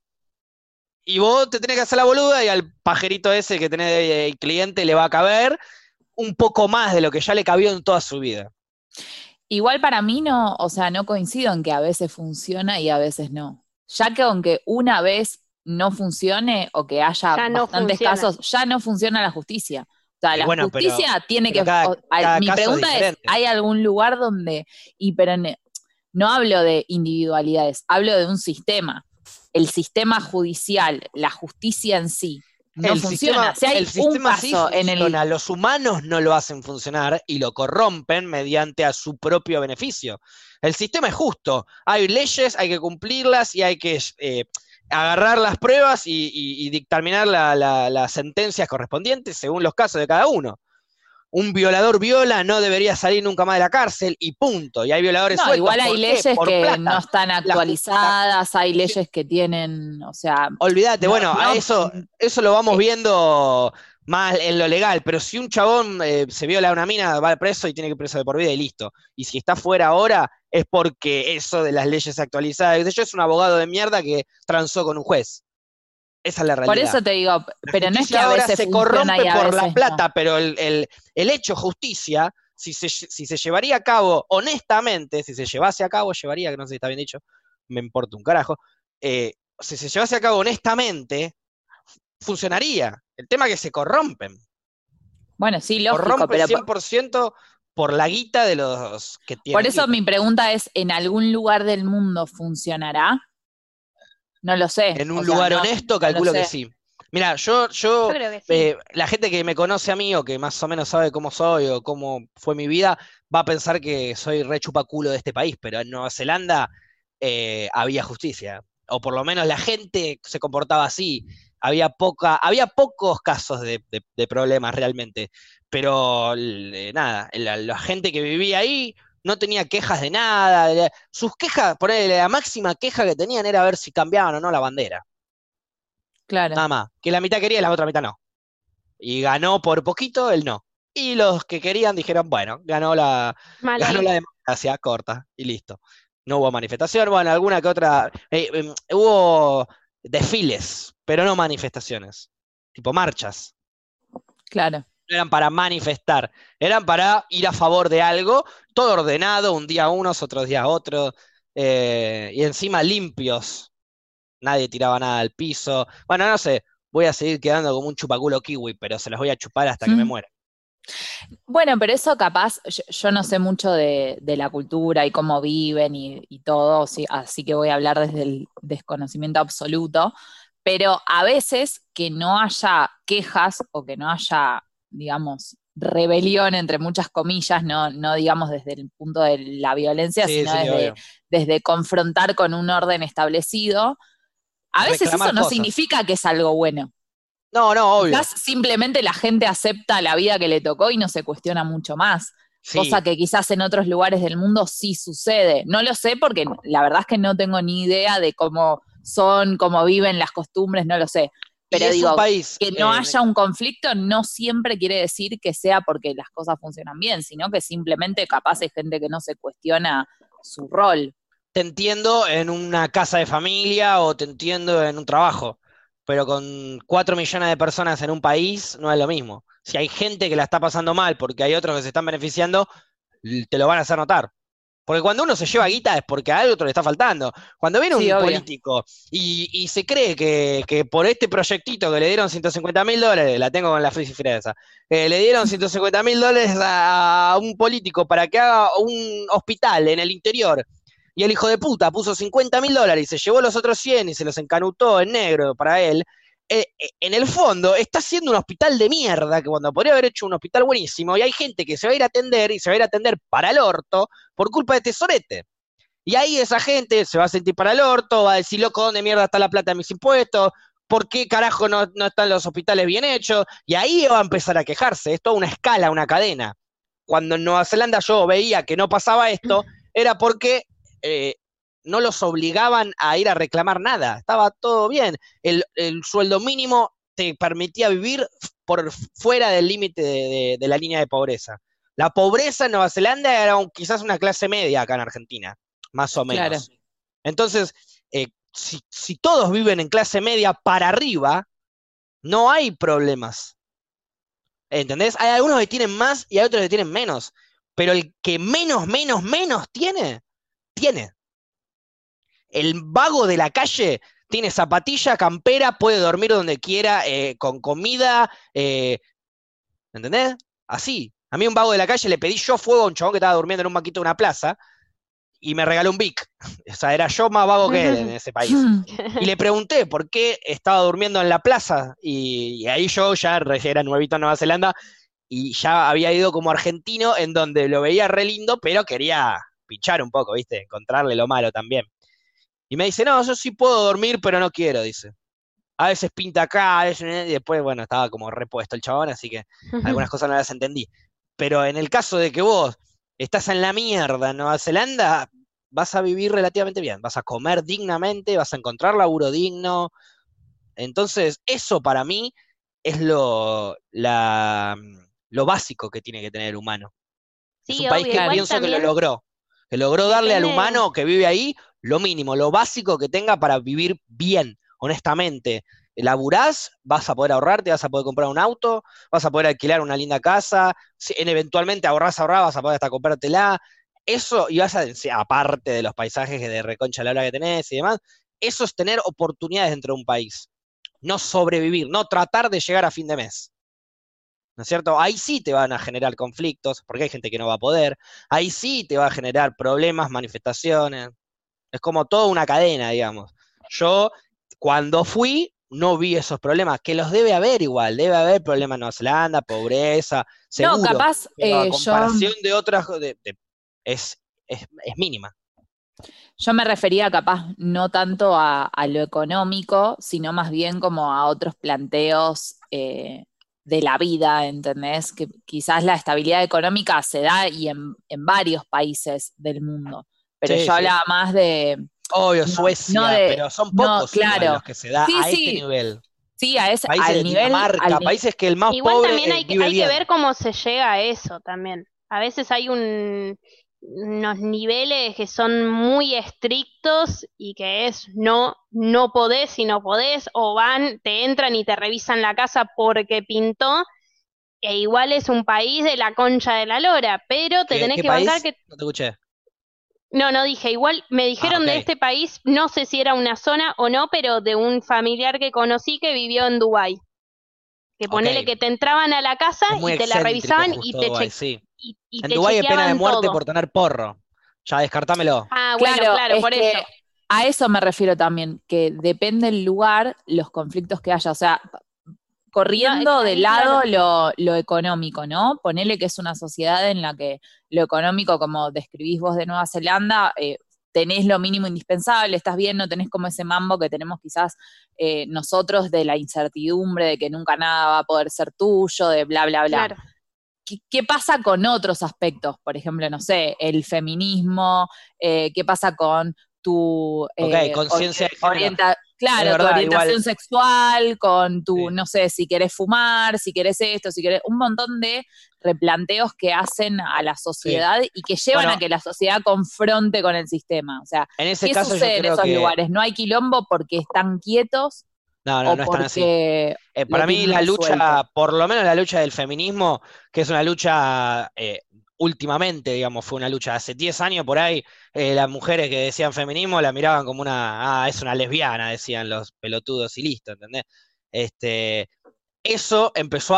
Y vos te tenés que hacer la boluda y al pajerito ese que tenés de cliente le va a caber un poco más de lo que ya le cabió en toda su vida. Igual para mí no, o sea, no coincido en que a veces funciona y a veces no. Ya que aunque una vez no funcione o que haya bastantes casos, ya no funciona la justicia. O sea, la justicia tiene que... mi pregunta es, ¿hay algún lugar donde... pero no hablo de individualidades, hablo de un sistema. El sistema judicial, la justicia en sí, no funciona. Si hay el sistema un caso sí funciona, los humanos no lo hacen funcionar y lo corrompen mediante a su propio beneficio. El sistema es justo, hay leyes, hay que cumplirlas y hay que agarrar las pruebas y dictaminar las sentencias correspondientes según los casos de cada uno. Un violador viola, no debería salir nunca más de la cárcel y punto. Y hay violadores sueltos. Igual hay leyes que no están actualizadas, hay leyes que tienen, o sea... Olvídate, eso lo vamos viendo más en lo legal, pero si un chabón se viola a una mina, va preso y tiene que ir preso de por vida y listo. Y si está fuera ahora, es porque eso de las leyes actualizadas, de hecho es un abogado de mierda que transó con un juez. Esa es la realidad. Por eso te digo, pero no es que a veces se corrompe por la plata, no. Pero el hecho justicia, si se llevaría a cabo honestamente, si se llevase a cabo, que no sé si está bien dicho, me importa un carajo, si se llevase a cabo honestamente, funcionaría. El tema es que se corrompen. Bueno, sí, lógico, corrompe pero 100% por la guita de los que tienen. Por eso mi pregunta es, ¿en algún lugar del mundo funcionará? No lo sé. En un lugar honesto, calculo que sí. Mira, yo creo que sí. La gente que me conoce a mí o que más o menos sabe cómo soy o cómo fue mi vida, va a pensar que soy re chupaculo de este país, pero en Nueva Zelanda había justicia. O por lo menos la gente se comportaba así. Había pocos casos de problemas realmente. Pero nada, la gente que vivía ahí no tenía quejas de nada. Sus quejas, ponele, la máxima queja que tenían era ver si cambiaban o no la bandera. Claro. Nada más. Que la mitad quería y la otra mitad no. Y ganó por poquito el no. Y los que querían dijeron, bueno, ganó la democracia corta y listo. No hubo manifestación, bueno, alguna que otra. Hubo desfiles, pero no manifestaciones. Tipo marchas. Claro. No eran para manifestar, eran para ir a favor de algo, todo ordenado, un día unos, otros días otros, y encima limpios. nadie tiraba nada al piso. Bueno, no sé, voy a seguir quedando como un chupaculo kiwi, pero se los voy a chupar hasta que me muera. Bueno, pero eso capaz, yo no sé mucho de la cultura y cómo viven y todo, así que voy a hablar desde el desconocimiento absoluto, pero a veces que no haya quejas o que no haya, digamos, rebelión, entre muchas comillas, no digamos desde el punto de la violencia, Sí, sino sí, obvio. desde confrontar con un orden establecido, a veces Reclamar eso no cosas. significa que es algo bueno. No, obvio. Quizás simplemente la gente acepta la vida que le tocó y no se cuestiona mucho más. Sí. Cosa que quizás en otros lugares del mundo sí sucede. No lo sé porque la verdad es que no tengo ni idea de cómo son, cómo viven las costumbres, no lo sé. Pero es digo, un país, que no haya un conflicto no siempre quiere decir que sea porque las cosas funcionan bien, sino que simplemente capaz hay gente que no se cuestiona su rol. Te entiendo en una casa de familia o te entiendo en un trabajo, pero con 4 millones de personas en un país no es lo mismo. Si hay gente que la está pasando mal porque hay otros que se están beneficiando, te lo van a hacer notar. Porque cuando uno se lleva guita es porque a algo otro le está faltando. Cuando viene Sí, un obvio. político y se cree que por este proyectito que le dieron $150.000, la tengo con la fresa, le dieron $150.000 a un político para que haga un hospital en el interior, y el hijo de puta puso $50.000 y se llevó los otros 100 y se los encanutó en negro para él, en el fondo está haciendo un hospital de mierda, que cuando podría haber hecho un hospital buenísimo, y hay gente que se va a ir a atender y se va a ir a atender para el orto por culpa de este sorete. Y ahí esa gente se va a sentir para el orto, va a decir, loco, ¿dónde mierda está la plata de mis impuestos? ¿Por qué carajo no están los hospitales bien hechos? Y ahí va a empezar a quejarse. Es toda una escala, una cadena. Cuando en Nueva Zelanda yo veía que no pasaba esto, era porque no los obligaban a ir a reclamar nada. Estaba todo bien. El sueldo mínimo te permitía vivir por fuera del límite de la línea de pobreza. La pobreza en Nueva Zelanda era quizás una clase media acá en Argentina, más o menos. Claro. Entonces, si todos viven en clase media para arriba, no hay problemas. ¿Entendés? Hay algunos que tienen más y hay otros que tienen menos. Pero el que menos tiene, tiene. El vago de la calle tiene zapatilla, campera, puede dormir donde quiera, con comida, ¿entendés? Así. A mí un vago de la calle le pedí yo fuego a un chabón que estaba durmiendo en un banquito de una plaza y me regaló un Vic. O sea, era yo más vago que él en ese país. Y le pregunté por qué estaba durmiendo en la plaza y ahí yo ya era nuevito en Nueva Zelanda y ya había ido como argentino en donde lo veía re lindo, pero quería pinchar un poco, ¿viste? Encontrarle lo malo también. Y me dice, no, yo sí puedo dormir, pero no quiero, dice. A veces pinta acá, y después, bueno, estaba como repuesto el chabón, así que algunas cosas no las entendí. Pero en el caso de que vos estás en la mierda en Nueva Zelanda, vas a vivir relativamente bien, vas a comer dignamente, vas a encontrar laburo digno. Entonces, eso para mí es lo básico que tiene que tener el humano. Sí, es un país obvio, que igual pienso que también que logró darle al depende. humano que vive ahí lo mínimo, lo básico que tenga para vivir bien, honestamente. Laburás, vas a poder ahorrarte, vas a poder comprar un auto, vas a poder alquilar una linda casa, si eventualmente ahorrás, vas a poder hasta comprártela. Eso, y aparte de los paisajes de reconcha la hora que tenés y demás, eso es tener oportunidades dentro de un país. No sobrevivir, no tratar de llegar a fin de mes. ¿No es cierto? Ahí sí te van a generar conflictos, porque hay gente que no va a poder. Ahí sí te va a generar problemas, manifestaciones. Es como toda una cadena, digamos. Yo, cuando fui, no vi esos problemas, que los debe haber igual. Debe haber problemas en Nueva Zelanda, pobreza, seguro. No, capaz pero a comparación de otras, es mínima. Yo me refería capaz no tanto a lo económico, sino más bien como a otros planteos de la vida, ¿entendés? Que quizás la estabilidad económica se da y en varios países del mundo. Pero Sí, yo hablaba más de... Obvio, Suecia, pero son pocos claro. los que se da Sí, a sí. este nivel. Sí, Países de Dinamarca, países que el más Igual pobre también hay vive bien. que ver cómo se llega a eso también. A veces hay unos niveles que son muy estrictos y que es no podés y no podés, o te entran y te revisan la casa porque pintó, e igual es un país de la concha de la lora, pero te tenés ¿Qué que bancar país? que No te escuché. No, no dije, igual me dijeron de Ok, este país, no sé si era una zona o no, pero de un familiar que conocí que vivió en Dubái. Que ok. ponele que te entraban a la casa Es muy y te la excéntrico revisaban justo Dubái, sí. y En te Dubái hay pena de chequeaban muerte todo. por tener porro. Ya descartámelo. Ah, bueno, Claro, claro, es por que eso. a eso me refiero también, que depende del lugar, los conflictos que haya. O sea, No, corriendo de ahí lado claro. lo económico, ¿no? Ponele que es una sociedad en la que lo económico, como describís vos de Nueva Zelanda, tenés lo mínimo indispensable, estás bien, no tenés como ese mambo que tenemos quizás nosotros de la incertidumbre, de que nunca nada va a poder ser tuyo, de bla, bla, bla. Claro. ¿Qué pasa con otros aspectos? Por ejemplo, no sé, el feminismo, ¿qué pasa con tu Ok, conciencia de género. Es claro, tu verdad, igual. orientación sexual, con tu, Sí. no sé, si querés fumar, si querés esto, si querés, un montón de replanteos que hacen a la Sí. sociedad y que llevan Bueno, a que la sociedad confronte con el sistema. O sea, en ese ¿qué caso yo sucede en creo esos que. lugares? ¿No hay quilombo porque están quietos No, no, o no están así. porque lo Para mí tienen la resuelto? lucha, por lo menos la lucha del feminismo, que es una lucha últimamente, digamos, fue una lucha hace 10 años por ahí, las mujeres que decían feminismo la miraban como es una lesbiana, decían los pelotudos y listo, ¿entendés? Este, eso empezó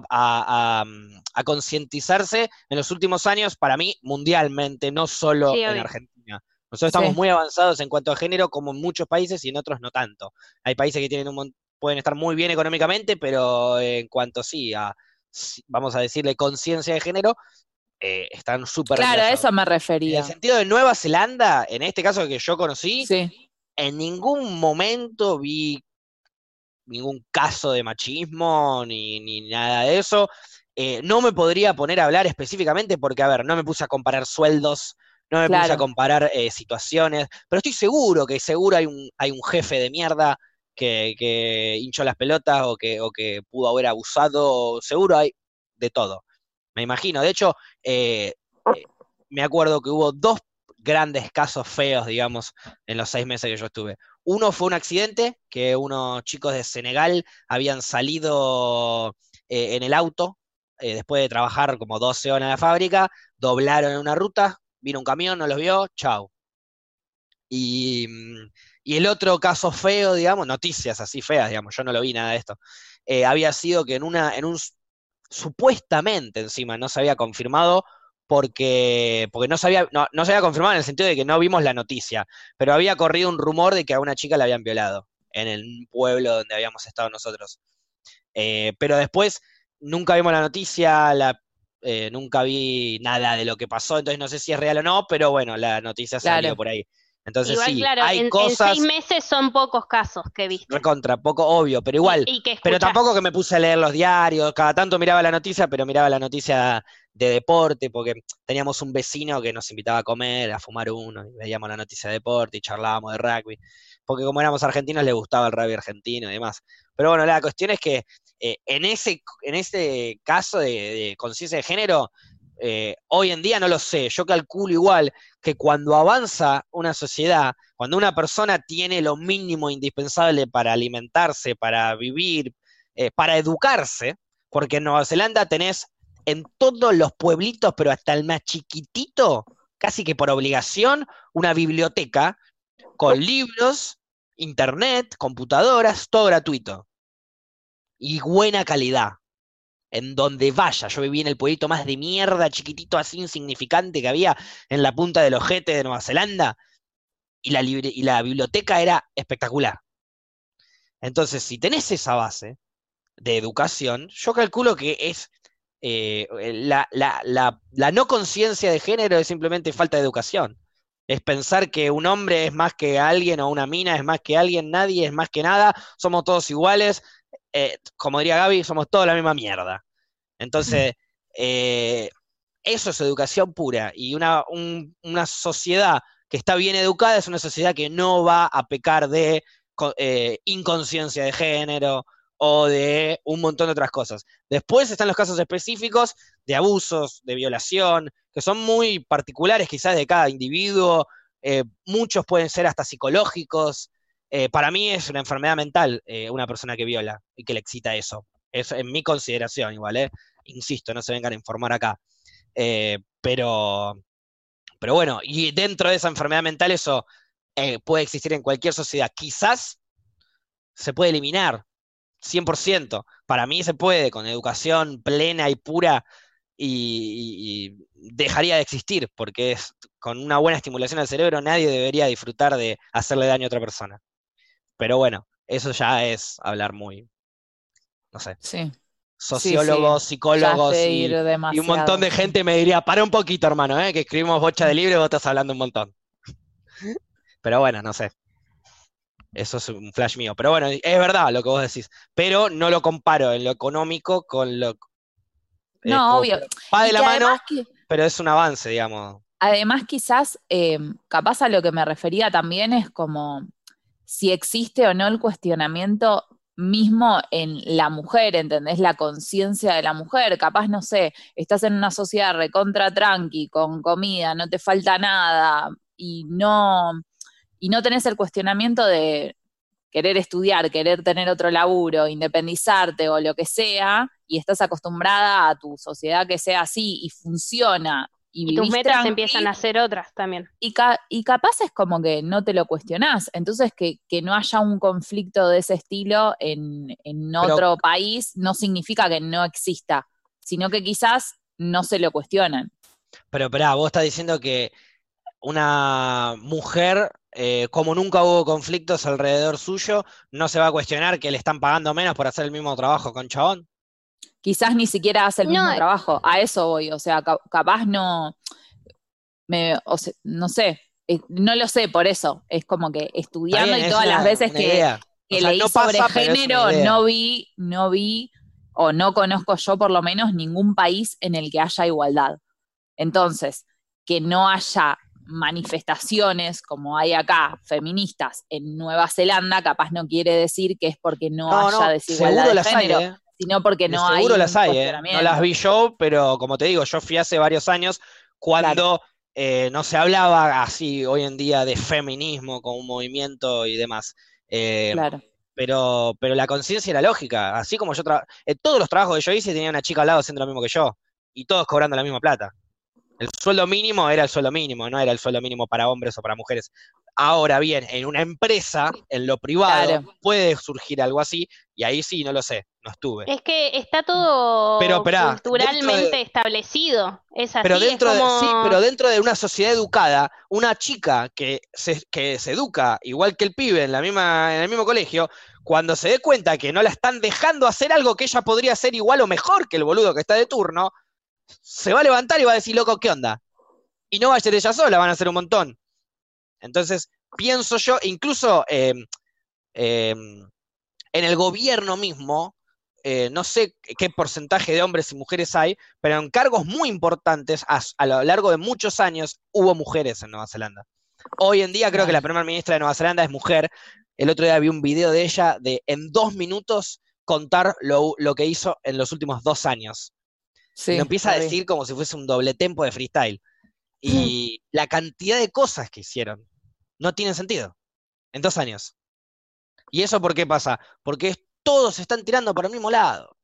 a concientizarse en los últimos años, para mí, mundialmente, no solo Sí, en obvio. Argentina. Nosotros estamos Sí, muy avanzados en cuanto a género, como en muchos países y en otros no tanto. Hay países que tienen pueden estar muy bien económicamente, pero en cuanto sí vamos a decirle, conciencia de género, están súper claro, a retrasados. eso me En el refería. sentido de Nueva Zelanda, en este caso que yo conocí, Sí. en ningún momento vi ningún caso de machismo ni nada de eso. No me podría poner a hablar específicamente porque, a ver, no me puse a comparar sueldos, no me puse a Claro. comparar situaciones, pero estoy seguro que seguro hay un jefe de mierda que hinchó las pelotas o que pudo haber abusado, seguro hay de todo. Me imagino. De hecho, eh, me acuerdo que hubo dos grandes casos feos, digamos, en los 6 meses que yo estuve. Uno fue un accidente que unos chicos de Senegal habían salido en el auto después de trabajar como 12 horas en la fábrica, doblaron en una ruta, vino un camión, no los vio, chau. Y el otro caso feo, digamos, noticias así feas, digamos, yo no lo vi nada de esto, había sido que supuestamente encima no se había confirmado porque no se había confirmado en el sentido de que no vimos la noticia, pero había corrido un rumor de que a una chica la habían violado en el pueblo donde habíamos estado nosotros. Pero después nunca vimos la noticia, nunca vi nada de lo que pasó, entonces no sé si es real o no, pero bueno, la noticia salió Claro. por ahí. Entonces Igual, sí, claro, hay en seis cosas meses son pocos casos que viste recontra, poco obvio, pero igual, y que pero tampoco escuchaste. que me puse a leer los diarios, cada tanto miraba la noticia, pero miraba la noticia de deporte, porque teníamos un vecino que nos invitaba a comer, a fumar uno, y veíamos la noticia de deporte y charlábamos de rugby, porque como éramos argentinos le gustaba el rugby argentino y demás. Pero bueno, la cuestión es que en ese caso de conciencia de género, hoy en día no lo sé, yo calculo igual que cuando avanza una sociedad, cuando una persona tiene lo mínimo indispensable para alimentarse, para vivir, para educarse, porque en Nueva Zelanda tenés en todos los pueblitos, pero hasta el más chiquitito, casi que por obligación, una biblioteca con libros, internet, computadoras, todo gratuito y buena calidad. En donde vaya, yo viví en el pueblito más de mierda, chiquitito, así insignificante que había en la punta del ojete de Nueva Zelanda, y la biblioteca era espectacular. Entonces, si tenés esa base de educación, yo calculo que es la no conciencia de género es simplemente falta de educación. Es pensar que un hombre es más que alguien o una mina es más que alguien, nadie es más que nada, somos todos iguales, como diría Gaby, somos todos la misma mierda. Entonces, eh, eso es educación pura y una sociedad que está bien educada es una sociedad que no va a pecar de inconsciencia de género o de un montón de otras cosas. Después están los casos específicos de abusos, de violación, que son muy particulares quizás de cada individuo, muchos pueden ser hasta psicológicos. Para mí es una enfermedad mental una persona que viola y que le excita eso. Es en mi consideración igual, insisto, no se vengan a informar acá. Pero Pero bueno, y dentro de esa enfermedad mental eso puede existir en cualquier sociedad. Quizás se puede eliminar, 100%. Para mí se puede, con educación plena y pura, y dejaría de existir, porque con una buena estimulación al cerebro nadie debería disfrutar de hacerle daño a otra persona. Pero bueno, eso ya es hablar muy, no sé, Sí, sí, sí. sociólogos, Ya es psicólogos pedir y un montón demasiado, de sí. gente me diría, para un poquito, hermano, que escribimos bocha de libros y vos estás hablando un montón. Pero bueno, no sé. Eso es un flash mío. Pero bueno, es verdad lo que vos decís. Pero no lo comparo en lo económico con lo... No, obvio. va de Y la que además mano, pero es un avance, digamos. además quizás, capaz a lo que me refería también es como si existe o no el cuestionamiento mismo en la mujer, ¿entendés? La conciencia de la mujer. Capaz, no sé, estás en una sociedad recontra tranqui, con comida, no te falta nada, y no tenés el cuestionamiento de querer estudiar, querer tener otro laburo, independizarte o lo que sea, y estás acostumbrada a tu sociedad que sea así y funciona y Y tus vivís metas tranqui, empiezan a ser otras también. y capaz es como que no te lo cuestionás. Entonces, que no haya un conflicto de ese estilo en Pero, otro país no significa que no exista, sino que quizás no se lo cuestionan. pero esperá, vos estás diciendo que una mujer, como nunca hubo conflictos alrededor suyo, no se va a cuestionar que le están pagando menos por hacer el mismo trabajo con chabón. Quizás ni siquiera hace el No, mismo trabajo, a eso voy, o sea, capaz no, o sea, no sé, no lo sé por eso, es como que Está estudiando bien, y es todas las veces una idea. O que sea, leí no sobre pasa, pero es una género, idea. no vi, o no conozco yo por lo menos ningún país en el que haya igualdad. Entonces, que no haya manifestaciones como hay acá, feministas, en Nueva Zelanda, capaz no quiere decir que es porque no No, haya no, desigualdad seguro de las hay, género, ¿eh? sino porque De no hay seguro las un hay, ¿eh? No las cuestionamiento. vi yo, pero como te digo, yo fui hace varios años Claro, cuando no se hablaba así hoy en día de feminismo como un movimiento y demás. Eh, claro. pero la conciencia era lógica. Así como todos los trabajos que yo hice tenía una chica al lado haciendo lo mismo que yo. Y todos cobrando la misma plata. El sueldo mínimo era el sueldo mínimo, no era el sueldo mínimo para hombres o para mujeres. Ahora bien, en una empresa, en lo privado, Claro. puede surgir algo así, y ahí sí, no lo sé, no estuve. es que está Pero todo esperá, culturalmente establecido. Es pero así, es dentro de, sí, como... pero dentro de una sociedad educada, una chica que se educa igual que el pibe en el mismo colegio, cuando se dé cuenta que no la están dejando hacer algo que ella podría hacer igual o mejor que el boludo que está de turno, se va a levantar y va a decir, loco, ¿qué onda? Y no va a ser ella sola, van a ser un montón. Entonces, pienso yo, incluso eh, en el gobierno mismo, no sé qué porcentaje de hombres y mujeres hay, pero en cargos muy importantes, a lo largo de muchos años, hubo mujeres en Nueva Zelanda. Hoy en día creo que la Claro. primera ministra de Nueva Zelanda es mujer. El otro día vi un video de ella de en 2 minutos contar lo que hizo en los últimos 2 años. Y lo Sí, empieza a lo vi. decir como si fuese un doble tempo de freestyle. Y la cantidad de cosas que hicieron no tienen sentido en 2 años. ¿Y eso por qué pasa? Porque todos se están tirando para el mismo lado.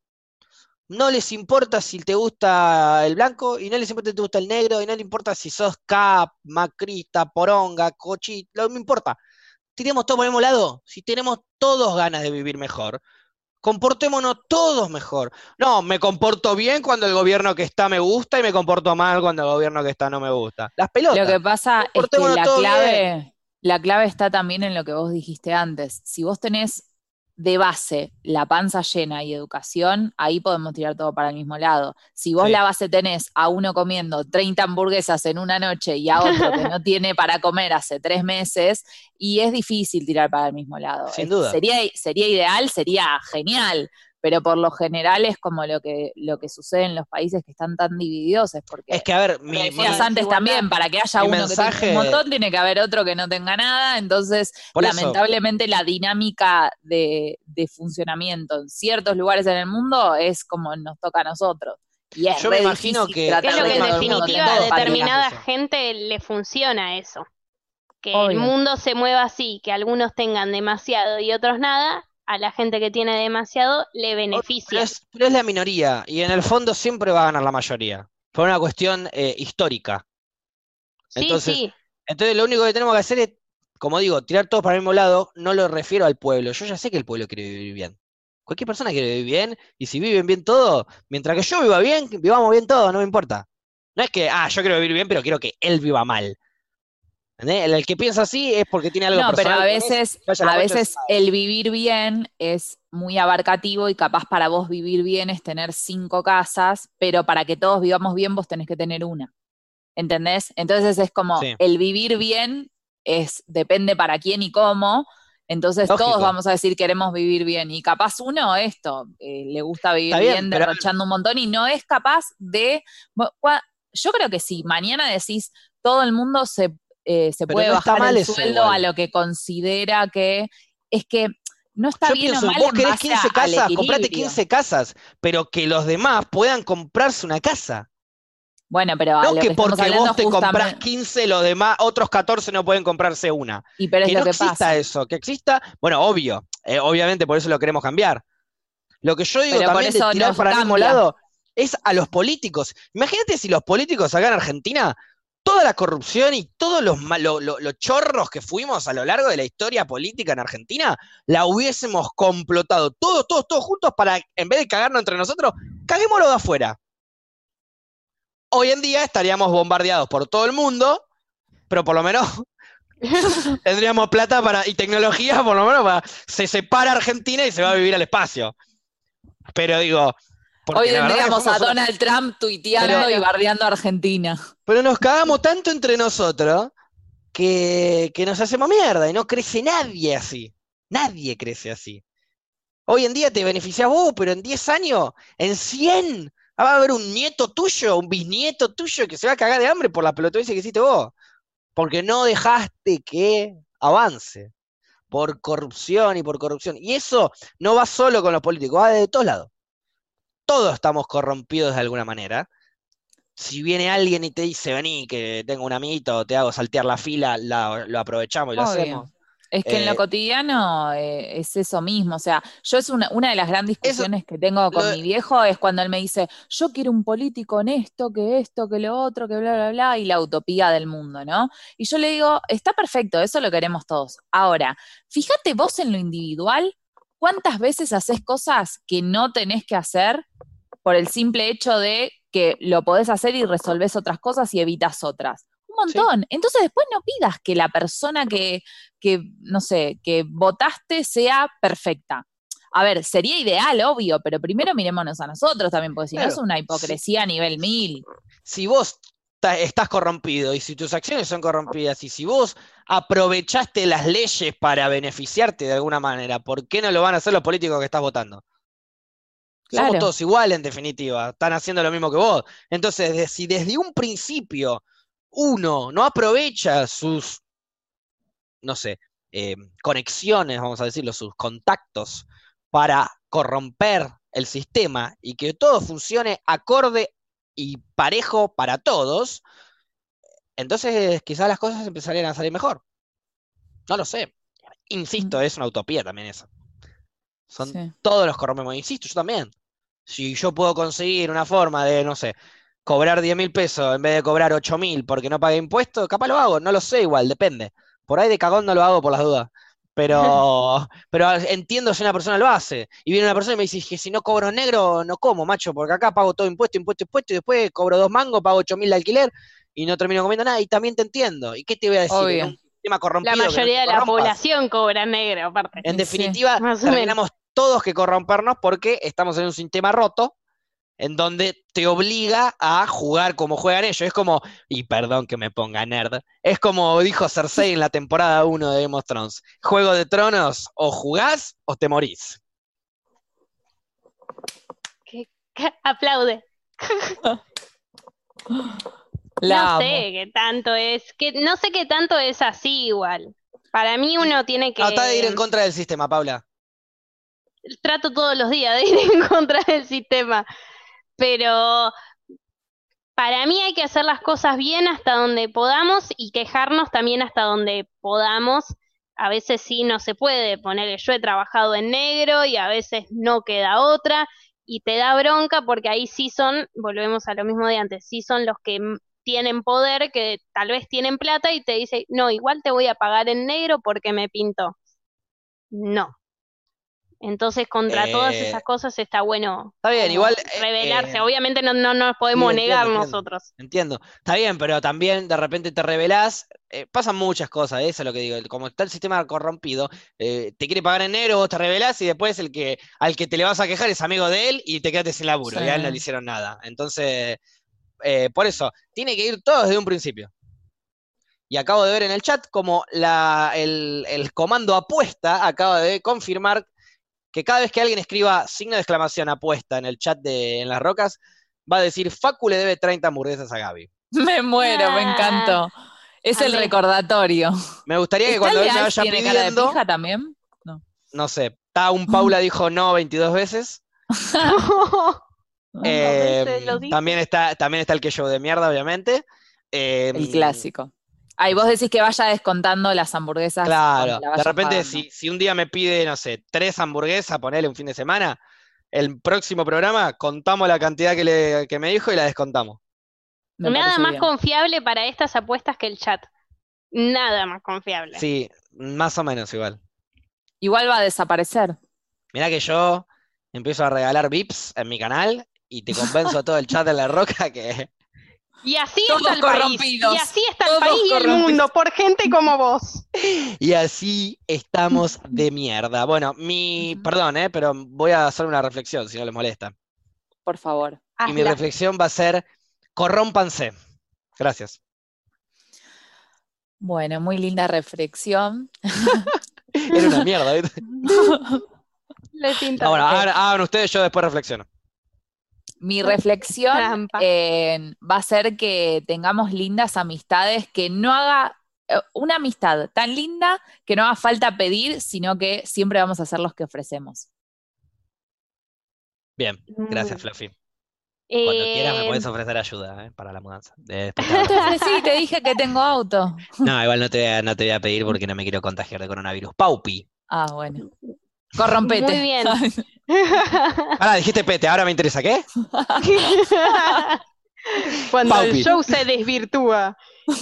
No les importa si te gusta el blanco, y no les importa si te gusta el negro, y no les importa si sos cap, macrista, poronga, cochito, no me importa. Tiremos todos por el mismo lado. Si tenemos todos ganas de vivir mejor, comportémonos todos mejor. No, me comporto bien cuando el gobierno que está me gusta y me comporto mal cuando el gobierno que está no me gusta. Las Lo pelotas. que pasa es que Comportémonos todos bien. la clave está también en lo que vos dijiste antes. Si vos tenés de base la panza llena y educación, ahí podemos tirar todo para el mismo lado. Si vos Sí, la base tenés a uno comiendo 30 hamburguesas en una noche y a otro que no tiene para comer hace 3 meses, y es difícil tirar para el mismo lado. sin duda. Sería ideal, sería genial, pero por lo general es como lo que sucede en los países que están tan divididos, es Es porque que, a ver, lo mi, decías mi, antes desigualdad. también, para que haya mi uno que tenga un mensaje, montón, tiene que haber otro que no tenga nada. Entonces, por eso, lamentablemente, la dinámica de funcionamiento en ciertos lugares en el mundo es como nos toca a nosotros. Y es yo me re imagino difícil que, ¿Qué es tratar yo lo me de que que en todo el imagino mundo que tenga definitiva a todos empatía. queremos determinada eso. gente le funciona eso? Que el Obvio. mundo se mueva así, que algunos tengan demasiado y otros nada, a la gente que tiene demasiado le Pero beneficia. es la minoría, y en el fondo siempre va a ganar la mayoría, por una cuestión histórica. Sí, sí. Entonces lo único que tenemos que hacer es, como digo, tirar todos para el mismo lado. No lo refiero al pueblo. Yo ya sé que el pueblo quiere vivir bien. Cualquier persona quiere vivir bien, y si viven bien todo, mientras que yo viva bien, vivamos bien todos, no me importa. No es que, yo quiero vivir bien, pero quiero que él viva mal. ¿Entendés? El que piensa así es porque tiene algo No, pero personal a con eso. veces, Vaya la a concha de su veces madre. el vivir bien es muy abarcativo y capaz para vos vivir bien es tener 5 casas, pero para que todos vivamos bien vos tenés que tener una. ¿Entendés? Entonces es como Sí, el vivir bien depende para quién y cómo. Entonces todos lógico. vamos a decir queremos vivir bien. Y capaz uno le gusta vivir Está bien, bien pero derrochando un montón y no es capaz de... Yo creo que si mañana decís todo el mundo se puede no está bajar mal el eso sueldo a igual. lo que considera que es que no está Yo bien o pienso, mal vos en querés base 15 al casas, comprate equilibrio. 15 casas, pero que los demás puedan comprarse una casa. Bueno, pero a No lo que que estamos porque hablando vos te comprás justamente, 15, los demás, otros 14 no pueden comprarse una. pero es Que lo no que exista pasa. eso, que exista, bueno, obvio, obviamente por eso lo queremos cambiar. Lo que yo digo Pero por también de eso no tirar para el mismo cambia. lado es a los políticos. Imagínate si los políticos acá en Argentina, toda la corrupción y todos los chorros que fuimos a lo largo de la historia política en Argentina, la hubiésemos complotado todos juntos para, en vez de cagarnos entre nosotros, caguémoslo de afuera. Hoy en día estaríamos bombardeados por todo el mundo, pero por lo menos tendríamos plata y tecnología, por lo menos se separa Argentina y se va a vivir al espacio. Pero digo, Hoy porque la verdad que tendríamos a fuimos una... Donald Trump tuiteando y Claro. bardeando a Argentina. Pero nos cagamos tanto entre nosotros que nos hacemos mierda y no crece nadie así. Nadie crece así. Hoy en día te beneficiás vos, pero en 10 años, en 100, va a haber un nieto tuyo, un bisnieto tuyo que se va a cagar de hambre por la pelotudez que hiciste vos. Porque no dejaste que avance. Por corrupción y por corrupción. Y eso no va solo con los políticos, va de todos lados. Todos estamos corrompidos de alguna manera. Si viene alguien y te dice, vení, que tengo un amiguito, te hago saltear la fila, lo aprovechamos y lo Obvio. hacemos. Es que en lo Eh, cotidiano es eso mismo. O sea, yo es una de las grandes eso, discusiones que tengo lo, con mi viejo es cuando él me dice, yo quiero un político honesto, que lo otro, que bla, bla, bla, y la utopía del mundo, ¿no? Y yo le digo, está perfecto, eso lo queremos todos. Ahora, fíjate vos en lo individual, ¿cuántas veces haces cosas que no tenés que hacer por el simple hecho de que lo podés hacer y resolvés otras cosas y evitas otras? Un sí, montón. Entonces después no pidas que la persona no sé, que votaste sea perfecta. A ver, sería ideal, obvio, pero primero mirémonos a nosotros también, porque si no es claro. una Si, hipocresía a nivel 1000. si vos estás corrompido y si tus acciones son corrompidas y si vos aprovechaste las leyes para beneficiarte de alguna manera, ¿por qué no lo van a hacer los políticos que estás votando? Somos Claro. todos iguales en definitiva, están haciendo lo mismo que vos. Entonces, si desde un principio uno no aprovecha sus, no sé, conexiones, vamos a decirlo, sus contactos para corromper el sistema y que todo funcione acorde y parejo para todos, entonces quizás las cosas empezarían a salir mejor. No lo sé. Insisto, es una utopía también eso. Son Sí. todos los corrompemos. Insisto, yo también. Si yo puedo conseguir una forma de, no sé, cobrar 10.000 pesos en vez de cobrar 8.000 porque no pagué impuestos, capaz lo hago, no lo sé igual, depende. Por ahí de cagón no lo hago por las dudas. Pero entiendo si una persona lo hace. Y viene una persona y me dice que si no cobro en negro, no como, macho, porque acá pago todo impuesto, y después cobro 2 mangos, pago 8.000 de alquiler y no termino comiendo nada. Y también te entiendo. ¿Y qué te voy a decir? En Obvio. un sistema La corrompido que no te mayoría de la corrompas. población cobra negro, aparte. En Y sí. definitiva, Más o menos. terminamos todos que corrompernos porque estamos en un sistema roto en donde te obliga a jugar como juegan ellos. Es como, y perdón que me ponga nerd, es como dijo Cersei en la temporada 1 de Game of Thrones, Juego de Tronos, o jugás o te morís. Aplaude. No La amo. sé qué tanto es, no sé qué tanto es así igual. Para mí uno tiene Trata de ir en que, contra del sistema, Paula. trato todos los días de ir en contra del sistema, pero para mí hay que hacer las cosas bien hasta donde podamos y quejarnos también hasta donde podamos. A veces sí no se puede poner, yo he trabajado en negro y a veces no queda otra y te da bronca porque ahí sí son, volvemos a lo mismo de antes, sí son los que tienen poder, que tal vez tienen plata y te dice, no, igual te voy a pagar en negro porque me pintó. No. Entonces, contra todas esas cosas está bueno Está bien, igual rebelarse. Obviamente no nos podemos negar nosotros. Entiendo. Está bien, pero también de repente te rebelás. Pasan muchas cosas, eso es lo que digo. Como está el sistema corrompido, te quiere pagar en negro, vos te rebelás y después al que te le vas a quejar es amigo de él y te quedaste sin laburo. Sí. Y a él no le hicieron nada. Entonces, por eso, tiene que ir todo desde un principio. Y acabo de ver en el chat como el comando apuesta acaba de confirmar que cada vez que alguien escriba signo de exclamación apuesta en el chat en Las Rocas, va a decir Facu le debe 30 hamburguesas a Gaby. Me muero, me encantó. Es el recordatorio. Me gustaría que cuando él me vaya ¿tiene pidiendo... cara de pija también? No sé. Paula dijo no 22 veces. También está el que show de mierda, obviamente. El clásico. Y vos decís que vaya descontando las hamburguesas. Claro, de repente si un día me pide, no sé, 3 hamburguesas, ponele un fin de semana, el próximo programa contamos la cantidad que me dijo y la descontamos. Nada más confiable para estas apuestas que el chat. Nada más confiable. Sí, más o menos igual. Igual va a desaparecer. Mirá que yo empiezo a regalar VIPs en mi canal y te convenzo a todo el chat de La Roca que... Y así todos está el país. Y así está el país y el mundo, por gente como vos. Y así estamos de mierda. Bueno, perdón, pero voy a hacer una reflexión, si no les molesta. Por favor. Y mi reflexión va a ser, corrómpanse. Gracias. Bueno, muy linda reflexión. Era una mierda, ¿viste? Bueno, hagan ustedes, yo después reflexiono. Mi reflexión va a ser que tengamos lindas amistades, que no haga una amistad tan linda que no haga falta pedir, sino que siempre vamos a ser los que ofrecemos. Bien, gracias, Fluffy. Cuando quieras me puedes ofrecer ayuda para la mudanza. Te ofrecí, te dije que tengo auto. No, igual no te voy a pedir porque no me quiero contagiar de coronavirus. Paupi. Ah, bueno. Corrompete. Muy bien. Ahora dijiste pete, ahora me interesa, ¿qué? Cuando Paupi. El show se desvirtúa.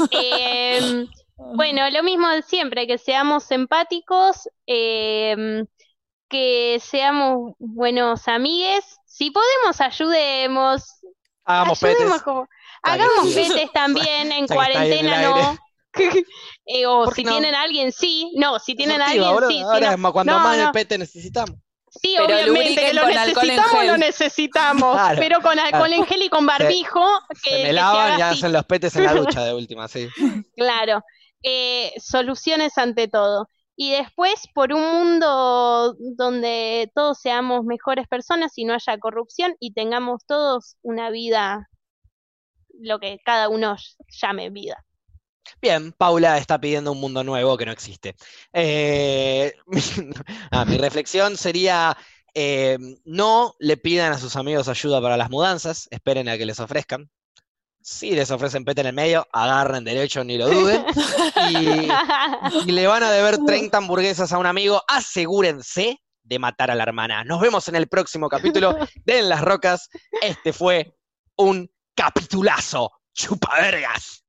Bueno, lo mismo de siempre, que seamos empáticos, que seamos buenos amigues. Si podemos, ayudemos. Hagamos petes. Hagamos petes también, en cuarentena no. O si tienen a alguien, sí. No, si tienen a alguien, sí. Ahora cuando más de pete necesitamos. Sí, pero obviamente que lo necesitamos. Claro, pero con alcohol en gel y con barbijo. Se me lavan y hacen los petes en la ducha de última, sí. Claro. Soluciones ante todo. Y después, por un mundo donde todos seamos mejores personas y no haya corrupción y tengamos todos una vida, lo que cada uno llame vida. Bien, Paula está pidiendo un mundo nuevo que no existe. Mi reflexión sería, no le pidan a sus amigos ayuda para las mudanzas, esperen a que les ofrezcan. Si les ofrecen pete en el medio, agarren derecho, ni lo duden. Y le van a deber 30 hamburguesas a un amigo, asegúrense de matar a la hermana. Nos vemos en el próximo capítulo de En las Rocas. Este fue un capitulazo. ¡Chupavergas!